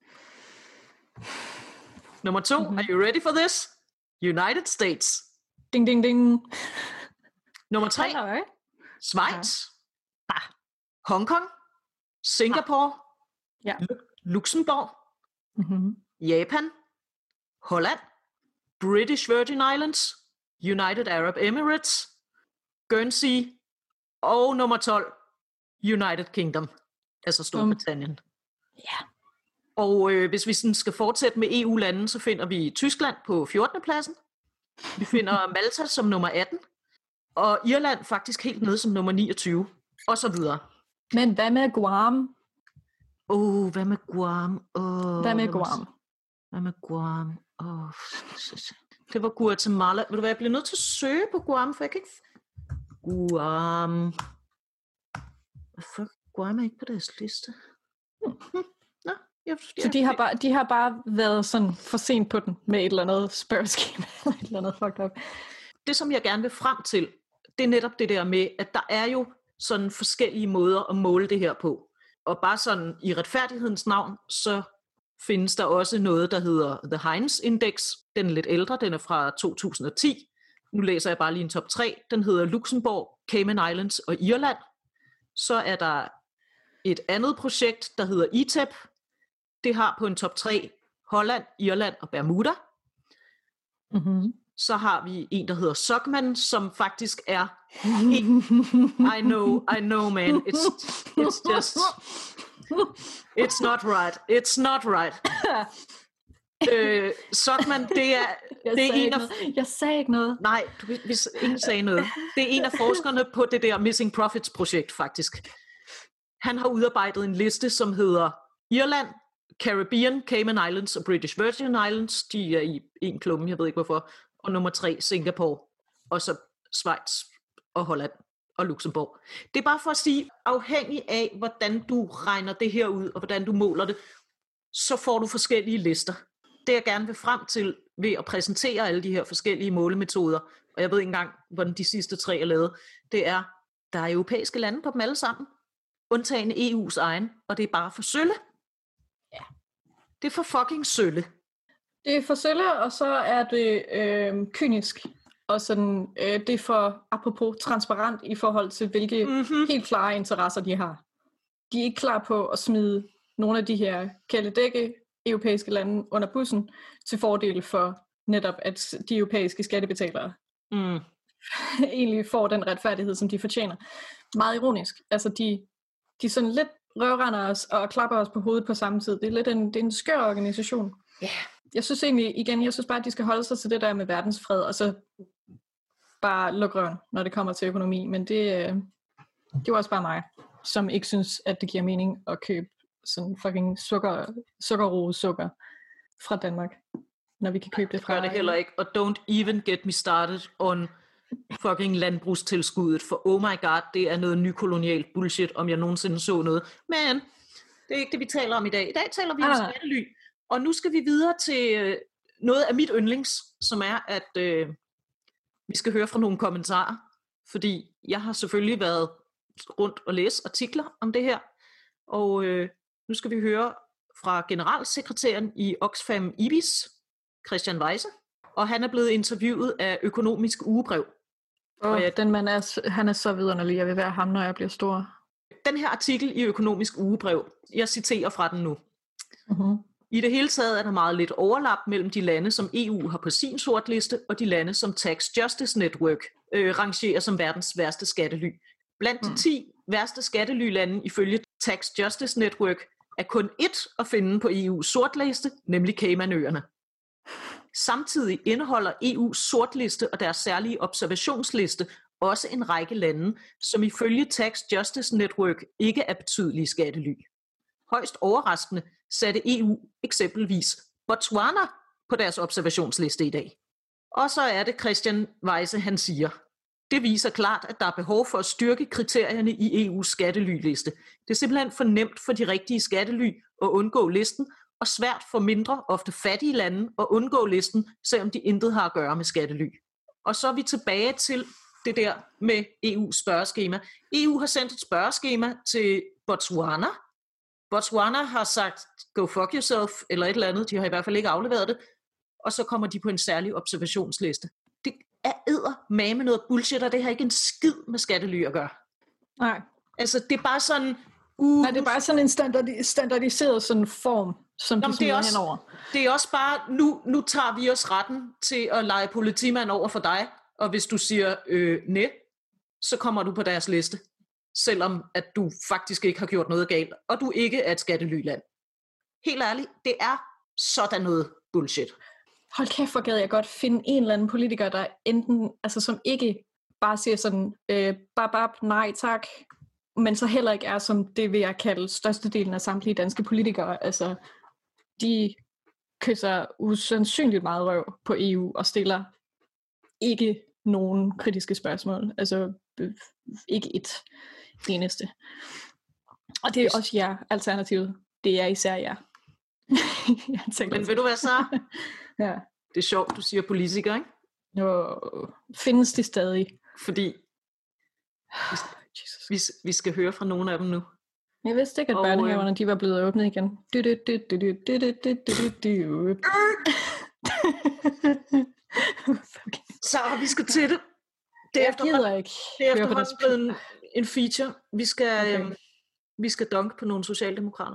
Speaker 1: Nummer 2, Are you ready for this? United States.
Speaker 2: Ding, ding, ding.
Speaker 1: Nummer 3, Schweiz. Hong Kong. Singapore. Luxembourg. Japan. Holland. British Virgin Islands. United Arab Emirates. Guernsey. Og nummer 12, United Kingdom. Altså Storbritannien.
Speaker 2: Ja.
Speaker 1: Og hvis vi sådan skal fortsætte med EU-lande, så finder vi Tyskland på 14. pladsen. Vi finder Malta som nummer 18. Og Irland faktisk helt nede som nummer 29. Og så videre.
Speaker 2: Men hvad med Guam?
Speaker 1: Hvad med Guam?
Speaker 2: Hvad med Guam?
Speaker 1: Hvad med Guam? Det var Guatemala. Vil du være, jeg bliver nødt til at søge på Guam, for jeg kan ikke... Guam... Guam er ikke på deres liste.
Speaker 2: Så de har bare været sådan for sent på den med et eller andet spørgeskema eller et eller andet fucked up.
Speaker 1: Det som jeg gerne vil frem til, det er netop det der med, at der er jo sådan forskellige måder at måle det her på. Og bare sådan i retfærdighedens navn, så findes der også noget, der hedder The Heinz Index. Den er lidt ældre, den er fra 2010. Nu læser jeg bare lige en top 3. Den hedder Luxembourg, Cayman Islands og Irland. Så er der et andet projekt, der hedder ITEP. Det har på en top 3 Holland, Irland og Bermuda. Så har vi en, der hedder Sogman, som faktisk er... I know, man. It's just... It's not right. It's not right. Sogman, det er en af...
Speaker 2: Jeg sagde ikke noget.
Speaker 1: Nej, hvis ingen sagde noget. Det er en af forskerne på det der Missing Profits projekt, faktisk. Han har udarbejdet en liste, som hedder Irland, Caribbean, Cayman Islands og British Virgin Islands. De er i en klumme, jeg ved ikke hvorfor. Og nummer 3, Singapore. Og så Schweiz og Holland og Luxembourg. Det er bare for at sige, afhængig af, hvordan du regner det her ud, og hvordan du måler det, så får du forskellige lister. Det jeg gerne vil frem til ved at præsentere alle de her forskellige målemetoder, og jeg ved ikke engang, hvordan de sidste 3 er lavet, det er, der er europæiske lande på dem alle sammen, undtagen EU's egen, og det er bare for sølle.
Speaker 2: Ja.
Speaker 1: Det er for fucking sølle.
Speaker 2: Det er for sølle, og så er det kynisk, og sådan, det er for, apropos, transparent i forhold til, hvilke helt klare interesser de har. De er ikke klar på at smide nogle af de her kæledække europæiske lande under bussen, til fordel for netop, at de europæiske skattebetalere egentlig får den retfærdighed, som de fortjener. Meget ironisk. Altså, de sådan lidt røvrender os og klapper os på hovedet på samme tid. Det er lidt en skør organisation.
Speaker 1: Yeah.
Speaker 2: Jeg synes egentlig, jeg synes bare, at de skal holde sig til det der med verdensfred, og så bare lukke røven, når det kommer til økonomi. Men det er også bare mig, som ikke synes, at det giver mening at købe sådan fucking sukkerrosukker fra Danmark, når vi kan købe det fra...
Speaker 1: Jeg gør det heller ikke, og don't even get me started on fucking landbrugstilskuddet, for oh my god, det er noget nykolonialt bullshit, om jeg nogensinde så noget. Men det er ikke det, vi taler om i dag. I dag taler vi om skattely, og nu skal vi videre til noget af mit yndlings, som er, at vi skal høre fra nogle kommentarer, fordi jeg har selvfølgelig været rundt og læse artikler om det her, og nu skal vi høre fra generalsekretæren i Oxfam IBIS, Christian Weise, og han er blevet interviewet af Økonomisk Ugebrev.
Speaker 2: Den mand han er så vidunderlig, jeg vil være ham, når jeg bliver stor.
Speaker 1: Den her artikel i Økonomisk Ugebrev, jeg citerer fra den nu. I det hele taget er der meget lidt overlap mellem de lande, som EU har på sin sortliste, og de lande, som Tax Justice Network rangerer som verdens værste skattely. Blandt de 10 værste skattelylande ifølge Tax Justice Network er kun ét at finde på EU's sortliste, nemlig Caymanøerne. Samtidig indeholder EU's sortliste og deres særlige observationsliste også en række lande, som ifølge Tax Justice Network ikke er betydelige skattely. Højst overraskende satte EU eksempelvis Botswana på deres observationsliste i dag. Og så er det Christian Weise, han siger, det viser klart, at der er behov for at styrke kriterierne i EU's skattelyliste. Det er simpelthen for nemt for de rigtige skattely at undgå listen, og svært for mindre, ofte fattige lande at undgå listen, selvom de intet har at gøre med skattely. Og så er vi tilbage til det der med EU's spørgeskema. EU har sendt et spørgeskema til Botswana. Botswana har sagt, go fuck yourself, eller et eller andet. De har i hvert fald ikke afleveret det. Og så kommer de på en særlig observationsliste. Det er eddermame noget bullshit, og det har ikke en skid med skattely at gøre.
Speaker 2: Nej.
Speaker 1: Altså, det er bare sådan...
Speaker 2: Nej, det er bare sådan en standardiseret sådan form, som de smider henover.
Speaker 1: Det er også bare, nu tager vi os retten til at lege politimand over for dig, og hvis du siger nej, så kommer du på deres liste, selvom at du faktisk ikke har gjort noget galt, og du ikke er et skattelyland. Helt ærligt, det er sådan noget bullshit.
Speaker 2: Hold kæft, hvor gad jeg godt finde en eller anden politiker, der enten, altså som ikke bare siger sådan, nej tak, men så heller ikke er som det vil jeg kalde størstedelen af samtlige danske politikere. Altså, de kysser usandsynligt meget røv på EU og stiller ikke nogen kritiske spørgsmål. Altså, ikke et eneste. Og det er også jer, alternativet. Det er især jer.
Speaker 1: Men vil du være så?
Speaker 2: Ja.
Speaker 1: Det er sjovt, du siger politikere, ikke?
Speaker 2: Jo, findes de stadig?
Speaker 1: Fordi vi skal høre fra nogle af dem nu.
Speaker 2: Jeg vidste ikke, at børnehaverne de var blevet åbnet igen.
Speaker 1: Så vi skal til det. Det er efterhånden blevet en feature. Vi skal dunke på nogle socialdemokrater.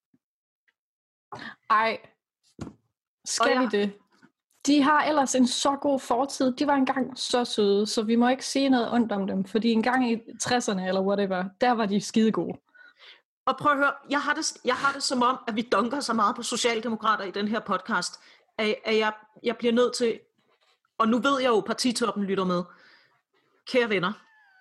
Speaker 2: Ej, skal vi det? De har ellers en så god fortid. De var engang så søde, så vi må ikke sige noget ondt om dem. Fordi engang i 60'erne eller whatever, der var de skide gode.
Speaker 1: Og prøv at høre, jeg har det som om, at vi dunker så meget på socialdemokrater i den her podcast, at jeg bliver nødt til, og nu ved jeg jo, partitoppen lytter med. Kære venner.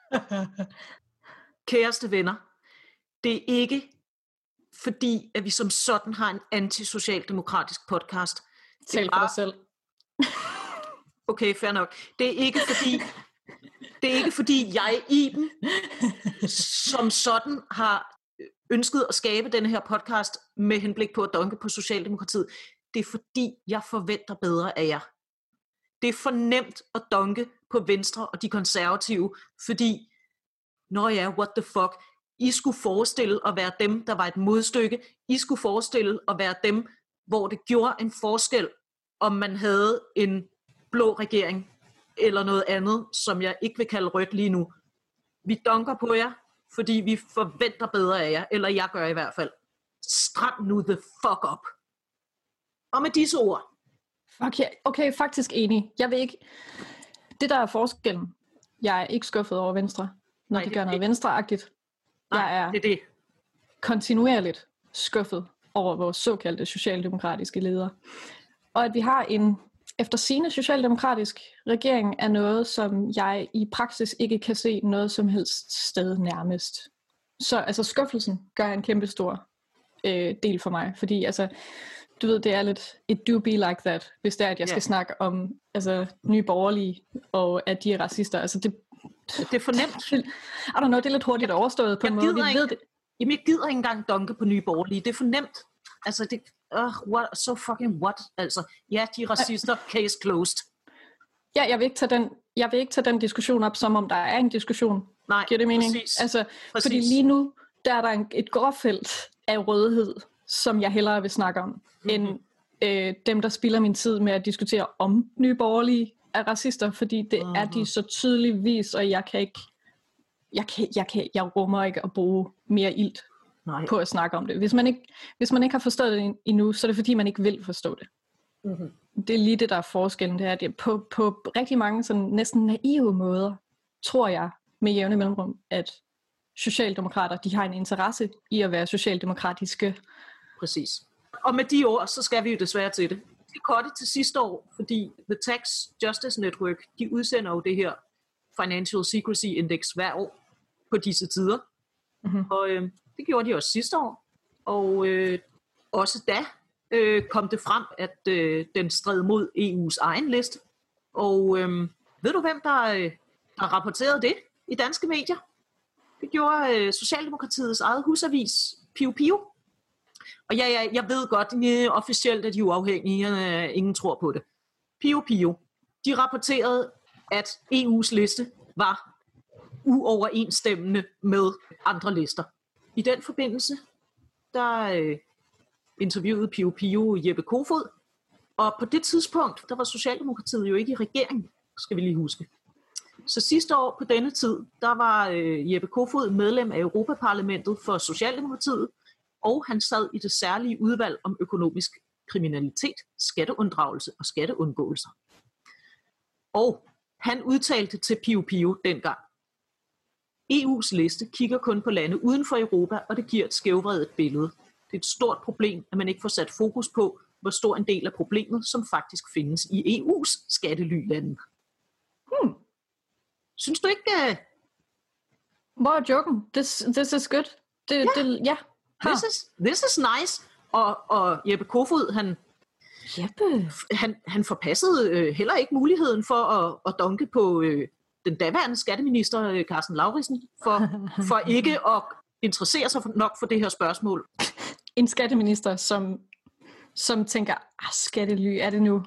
Speaker 1: Kæreste venner. Det er ikke fordi, at vi som sådan har en antisocialdemokratisk podcast.
Speaker 2: Tal for dig selv.
Speaker 1: Okay, fair nok. Det er ikke fordi jeg i den som sådan har ønsket at skabe denne her podcast med henblik på at dunke på Socialdemokratiet. Det er fordi jeg forventer bedre af jer. Det er for nemt at dunke på Venstre og de konservative, fordi what the fuck, I skulle forestille at være dem, der var et modstykke. I skulle forestille at være dem, hvor det gjorde en forskel, om man havde en blå regering, eller noget andet, som jeg ikke vil kalde rødt lige nu. Vi dunker på jer, fordi vi forventer bedre af jer, eller jeg gør i hvert fald. Stram nu the fuck up. Og med disse ord.
Speaker 2: Okay, faktisk enig. Jeg vil ikke... Det der er forskellen. Jeg er ikke skuffet over Venstre, når de gør noget venstreagtigt. Jeg er
Speaker 1: det.
Speaker 2: Kontinuerligt skuffet over vores såkaldte socialdemokratiske ledere. Og at vi har en efter sigende socialdemokratisk regering er noget, som jeg i praksis ikke kan se noget som helst sted nærmest. Så altså skuffelsen gør en kæmpe stor del for mig, fordi altså du ved, det er lidt, it do be like that, hvis det er, at jeg skal snakke om Nye Borgerlige, og at de er racister. Altså det
Speaker 1: er for nemt.
Speaker 2: I don't know, det er lidt hurtigt overstået på en måde. Vi ved det.
Speaker 1: Jamen, jeg gider ikke engang dunke på Nye Borgerlige. Det er for nemt. Altså, det... what? So fucking what? Altså, ja, de er racister. Case closed.
Speaker 2: Ja, jeg vil ikke tage den diskussion op, som om der er en diskussion.
Speaker 1: Nej,
Speaker 2: giver det mening?
Speaker 1: Præcis.
Speaker 2: Altså, fordi lige nu, der er der et gråfelt af rødhed, som jeg hellere vil snakke om, end dem, der spilder min tid med at diskutere om Nye Borgerlige er racister, fordi det er de så tydeligvis, og jeg rummer ikke at bruge mere ilt på at snakke om det. Hvis man ikke har forstået det endnu, så er det fordi, man ikke vil forstå det. Mm-hmm. Det er lige det, der er forskellen. Det er, at på rigtig mange sådan næsten naive måder, tror jeg med jævne mellemrum, at socialdemokrater, de har en interesse i at være socialdemokratiske.
Speaker 1: Præcis. Og med de ord, så skal vi jo desværre til det. Det korte til sidste år, fordi The Tax Justice Network, de udsender jo det her Financial Secrecy Index hver år på disse tider. Mm-hmm. Og det gjorde de også sidste år. Og også da kom det frem, at den stred mod EU's egen liste. Og ved du, hvem der rapporterede det i danske medier? Det gjorde Socialdemokratiets eget husavis, Pio Pio. Og jeg ved godt, officielt er de uafhængige, ingen tror på det. Pio Pio, de rapporterede, at EU's liste var uoverensstemmende med andre lister. I den forbindelse, der interviewede Pio Pio Jeppe Kofod, og på det tidspunkt, der var Socialdemokratiet jo ikke i regering, skal vi lige huske. Så sidste år på denne tid, der var Jeppe Kofod medlem af Europaparlamentet for Socialdemokratiet, og han sad i det særlige udvalg om økonomisk kriminalitet, skatteunddragelse og skatteundgåelser. Og han udtalte til Pio Pio dengang: EU's liste kigger kun på lande uden for Europa, og det giver et skævvredet billede. Det er et stort problem, at man ikke får sat fokus på, hvor stor en del af problemet, som faktisk findes i EU's skattelylande. Synes du ikke?
Speaker 2: Hvor er joken? This is good.
Speaker 1: This is nice. Og Jeppe Kofod, han forpassede heller ikke muligheden for at dunke på den daværende skatteminister Carsten Lauritsen for ikke at interessere sig nok for det her spørgsmål.
Speaker 2: En skatteminister, som tænker, skattely, er det nu?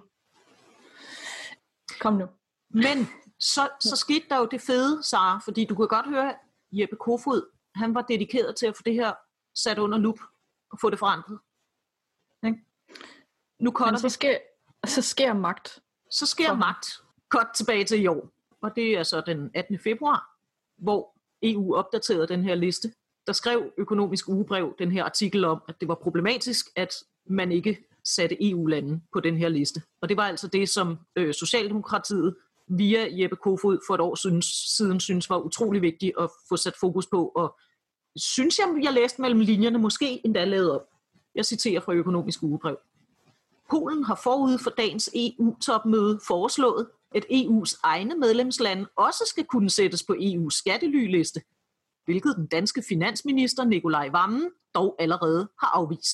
Speaker 2: Kom nu.
Speaker 1: Men så skete der jo det fede, Sara, fordi du kan godt høre, Jeppe Kofod, han var dedikeret til at få det her sat under lup og få det forandret. Okay? Nu
Speaker 2: så sker magt.
Speaker 1: Så sker magt. Kort tilbage til i år. Og det er så den 18. februar, hvor EU opdaterede den her liste. Der skrev Økonomisk Ugebrev den her artikel om, at det var problematisk, at man ikke satte EU-lande på den her liste. Og det var altså det, som Socialdemokratiet via Jeppe Kofod for et år siden synes var utrolig vigtigt at få sat fokus på. Og synes jeg læste mellem linjerne, måske endda lavet op. Jeg citerer fra Økonomisk Ugebrev. Polen har forud for dagens EU-topmøde foreslået, at EU's egne medlemslande også skal kunne sættes på EU's skattelyliste, hvilket den danske finansminister Nicolai Wammen dog allerede har afvist.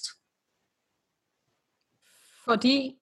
Speaker 2: Fordi?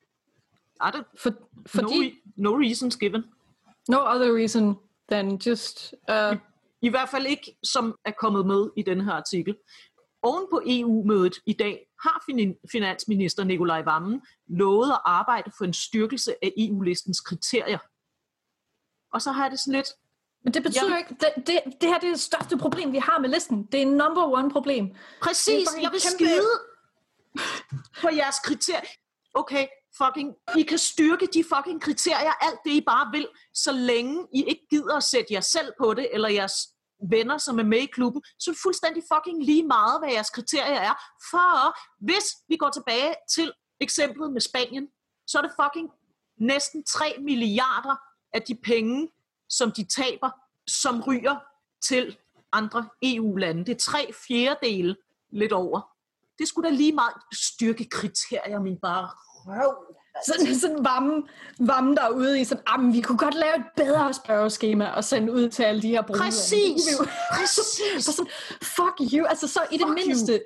Speaker 1: No reasons given.
Speaker 2: No other reason than just...
Speaker 1: I hvert fald ikke, som er kommet med i denne her artikel. Oven på EU-mødet i dag har finansminister Nicolai Wammen lovet at arbejde for en styrkelse af EU-listens kriterier. Og så har jeg det sådan lidt...
Speaker 2: Men det betyder ikke... Det her det er det største problem, vi har med listen. Det er number one problem.
Speaker 1: Præcis, jeg vil skide på jeres kriterier. Okay, fucking... I kan styrke de fucking kriterier, alt det I bare vil, så længe I ikke gider at sætte jer selv på det, eller jeres venner, som er med i klubben, så er det fuldstændig fucking lige meget, hvad jeres kriterier er. For hvis vi går tilbage til eksemplet med Spanien, så er det fucking næsten 3 milliarder af de penge, som de taber, som ryger til andre EU-lande. Det er 3/4 lidt over. Det skulle da lige meget styrke kriterier, min bare røv.
Speaker 2: Sådan Vammen der er ude i sådan, vi kunne godt lave et bedre spørgeskema og sende ud til alle de her brugere.
Speaker 1: Præcis.
Speaker 2: Sådan, fuck you. Altså så i det mindste,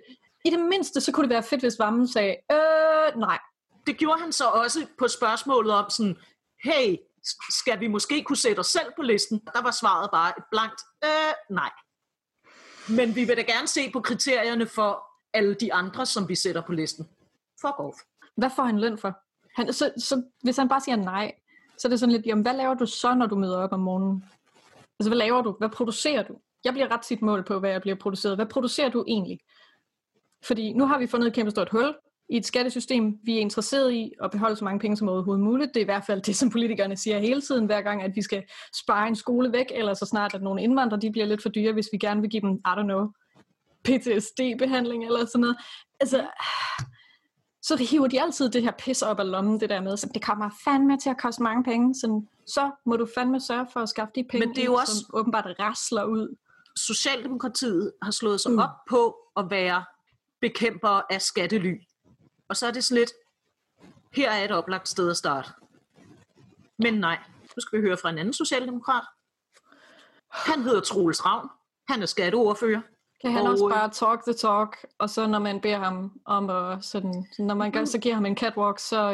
Speaker 2: I det mindste, så kunne det være fedt, hvis Vammen sagde, nej.
Speaker 1: Det gjorde han så også på spørgsmålet om sådan, hey, skal vi måske kunne sætte os selv på listen? Der var svaret bare et blankt, nej. Men vi vil da gerne se på kriterierne for alle de andre, som vi sætter på listen. Fuck off.
Speaker 2: Hvad får han løn for? Så hvis han bare siger nej, så er det sådan lidt, jamen hvad laver du så, når du møder op om morgenen? Altså hvad laver du? Hvad producerer du? Jeg bliver ret tit mål på, hvad jeg bliver produceret. Hvad producerer du egentlig? Fordi nu har vi fundet et kæmpe stort hul i et skattesystem, vi er interesseret i at beholde så mange penge som overhovedet muligt. Det er i hvert fald det, som politikerne siger hele tiden, hver gang, at vi skal spare en skole væk, eller så snart, at nogle indvandrere, de bliver lidt for dyre, hvis vi gerne vil give dem, I don't know, PTSD-behandling eller sådan noget. Altså, så hiver de altid det her pis op af lommen, det der med, så det kommer fandme til at koste mange penge, så må du fandme sørge for at skaffe de penge,
Speaker 1: men det er jo også,
Speaker 2: som åbenbart rasler ud.
Speaker 1: Socialdemokratiet har slået sig op på at være bekæmpere af skattely. Og så er det sådan lidt, her er et oplagt sted at starte. Men nej, nu skal vi høre fra en anden socialdemokrat. Han hedder Troels Ravn. Han er skatteordfører.
Speaker 2: Kan han også bare talk the talk, og så når man beder ham om at sådan, når man gør, så giver ham en catwalk, så...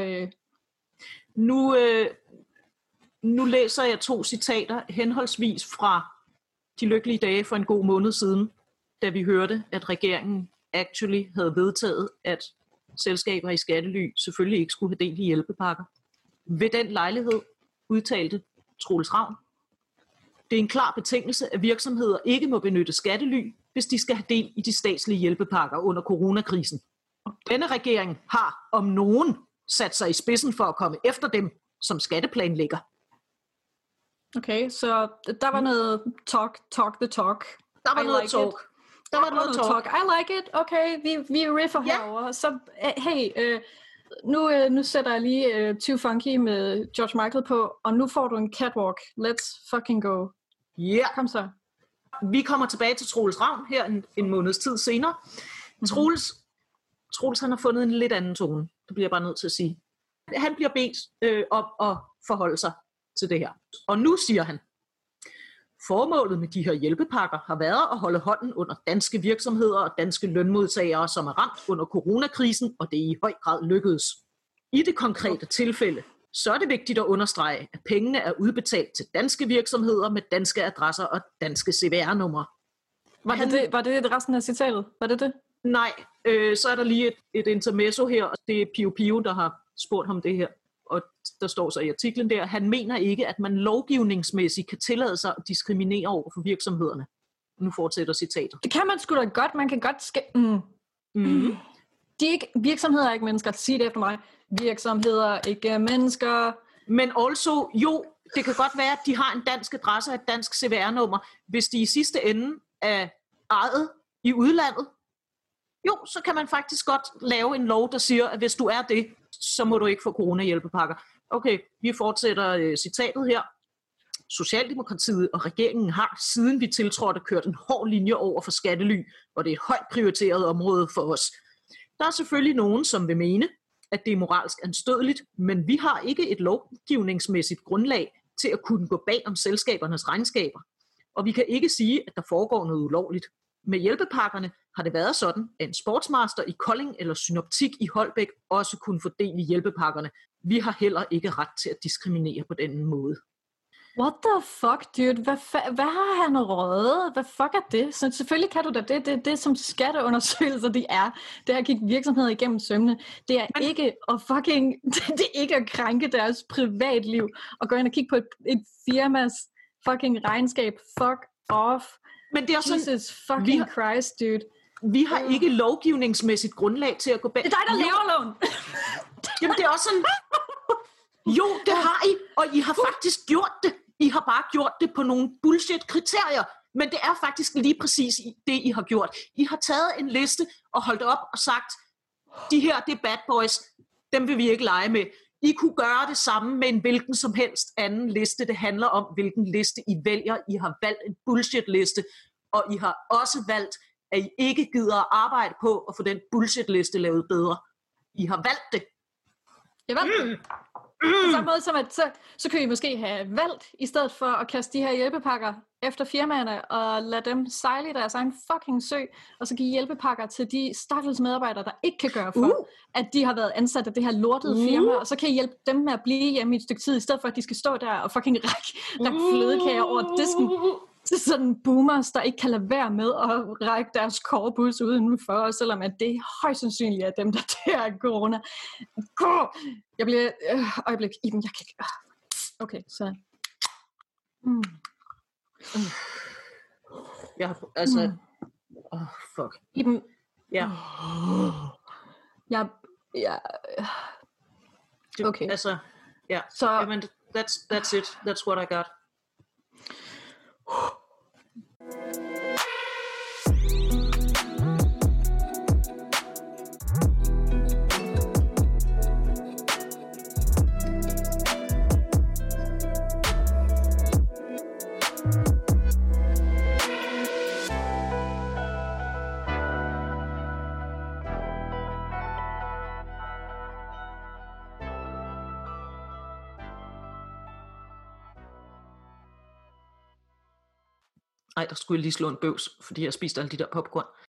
Speaker 1: Nu læser jeg 2 citater, henholdsvis fra De Lykkelige Dage for en god måned siden, da vi hørte, at regeringen actually havde vedtaget, at selskaber i skattely selvfølgelig ikke skulle have del i hjælpepakker. Ved den lejlighed udtalte Troels Ravn: det er en klar betingelse, at virksomheder ikke må benytte skattely, hvis de skal have del i de statslige hjælpepakker under coronakrisen. Denne regering har om nogen sat sig i spidsen for at komme efter dem, som skatteplanlægger.
Speaker 2: Okay, så der var noget talk the talk.
Speaker 1: Der var noget talk.
Speaker 2: Der var noget talk. I like it. Okay, vi riffer herover. Så hey, nu sætter jeg lige Too Funky med George Michael på, og nu får du en catwalk. Let's fucking go.
Speaker 1: Ja. Yeah.
Speaker 2: Kom så.
Speaker 1: Vi kommer tilbage til Troels Ravn her en måneds tid senere. Mm-hmm. Troels han har fundet en lidt anden tone. Det bliver jeg bare nødt til at sige. Han bliver bedt om at forholde sig til det her. Og nu siger han: formålet med de her hjælpepakker har været at holde hånden under danske virksomheder og danske lønmodtagere, som er ramt under coronakrisen, og det er i høj grad lykkedes. I det konkrete tilfælde, så er det vigtigt at understrege, at pengene er udbetalt til danske virksomheder med danske adresser og danske CVR-numre.
Speaker 2: Var det resten af citatet? Var det det?
Speaker 1: Nej, så er der lige et intermezzo her, og det er Pio Pio, der har spurgt om det her. Og der står så i artiklen der, han mener ikke, at man lovgivningsmæssigt kan tillade sig at diskriminere over for virksomhederne. Nu fortsætter citatet.
Speaker 2: Det kan man sgu da godt. Man kan godt... Virksomheder er ikke mennesker. Sig det efter mig. Virksomheder er ikke mennesker.
Speaker 1: Men also, jo, det kan godt være, at de har en dansk adresse og et dansk CVR-nummer. Hvis de i sidste ende er ejet i udlandet, jo, så kan man faktisk godt lave en lov, der siger, at hvis du er det, så må du ikke få coronahjælpepakker. Okay, vi fortsætter citatet her. Socialdemokratiet og regeringen har, siden vi tiltrådte, kørt en hård linje over for skattely, og det er et højt prioriteret område for os. Der er selvfølgelig nogen, som vil mene, at det er moralsk anstødeligt, men vi har ikke et lovgivningsmæssigt grundlag til at kunne gå bag om selskabernes regnskaber. Og vi kan ikke sige, at der foregår noget ulovligt. Med hjælpepakkerne har det været sådan, at en sportsmaster i Kolding eller synoptik i Holbæk også kunne få del i hjælpepakkerne. Vi har heller ikke ret til at diskriminere på denne måde.
Speaker 2: What the fuck, dude? Hvad har han røget? Hvad fuck er det? Så selvfølgelig kan du da det. Det som skatteundersøgelser de er. Det er at kigge virksomheder igennem sømne. Det er ikke at fucking... Det er ikke at krænke deres privatliv og gå ind og kigge på et firmas fucking regnskab. Fuck off.
Speaker 1: Men det er også
Speaker 2: Jesus sådan, fucking Christ, dude.
Speaker 1: Vi har ikke lovgivningsmæssigt grundlag til at gå bag.
Speaker 2: Det er dig, der lever loven.
Speaker 1: Jamen det er også sådan... Jo, det har I, og I har faktisk gjort det. I har bare gjort det på nogle bullshit-kriterier. Men det er faktisk lige præcis det, I har gjort. I har taget en liste og holdt op og sagt, de her, det er bad boys, dem vil vi ikke lege med. I kunne gøre det samme med en hvilken som helst anden liste. Det handler om, hvilken liste I vælger. I har valgt en bullshit-liste, og I har også valgt, at I ikke gider at arbejde på at få den bullshit-liste lavet bedre. I har valgt det.
Speaker 2: Jeg valgte det. På samme måde som, at så kan I måske have valgt, i stedet for at kaste de her hjælpepakker efter firmaerne og lade dem sejle i deres egen fucking sø, og så give hjælpepakker til de stakkels medarbejdere, der ikke kan gøre for, at de har været ansat af det her lortede firma, og så kan I hjælpe dem med at blive hjemme i et stykke tid, i stedet for at de skal stå der og fucking række flødekager over disken til sådan boomers, der ikke kan lade være med at række deres korbus udenfor, selvom at det er højst sandsynligt af dem, der dør af corona. Jeg bliver... øjeblik, Iben, jeg kan ikke... Okay, så...
Speaker 1: Ja, altså... fuck.
Speaker 2: Iben...
Speaker 1: Ja.
Speaker 2: Okay.
Speaker 1: Altså, ja.
Speaker 2: Så...
Speaker 1: Jamen, that's it. That's what I got. Ej, der skulle jeg lige slå en bøvs, fordi jeg spiste alle de der popcorn.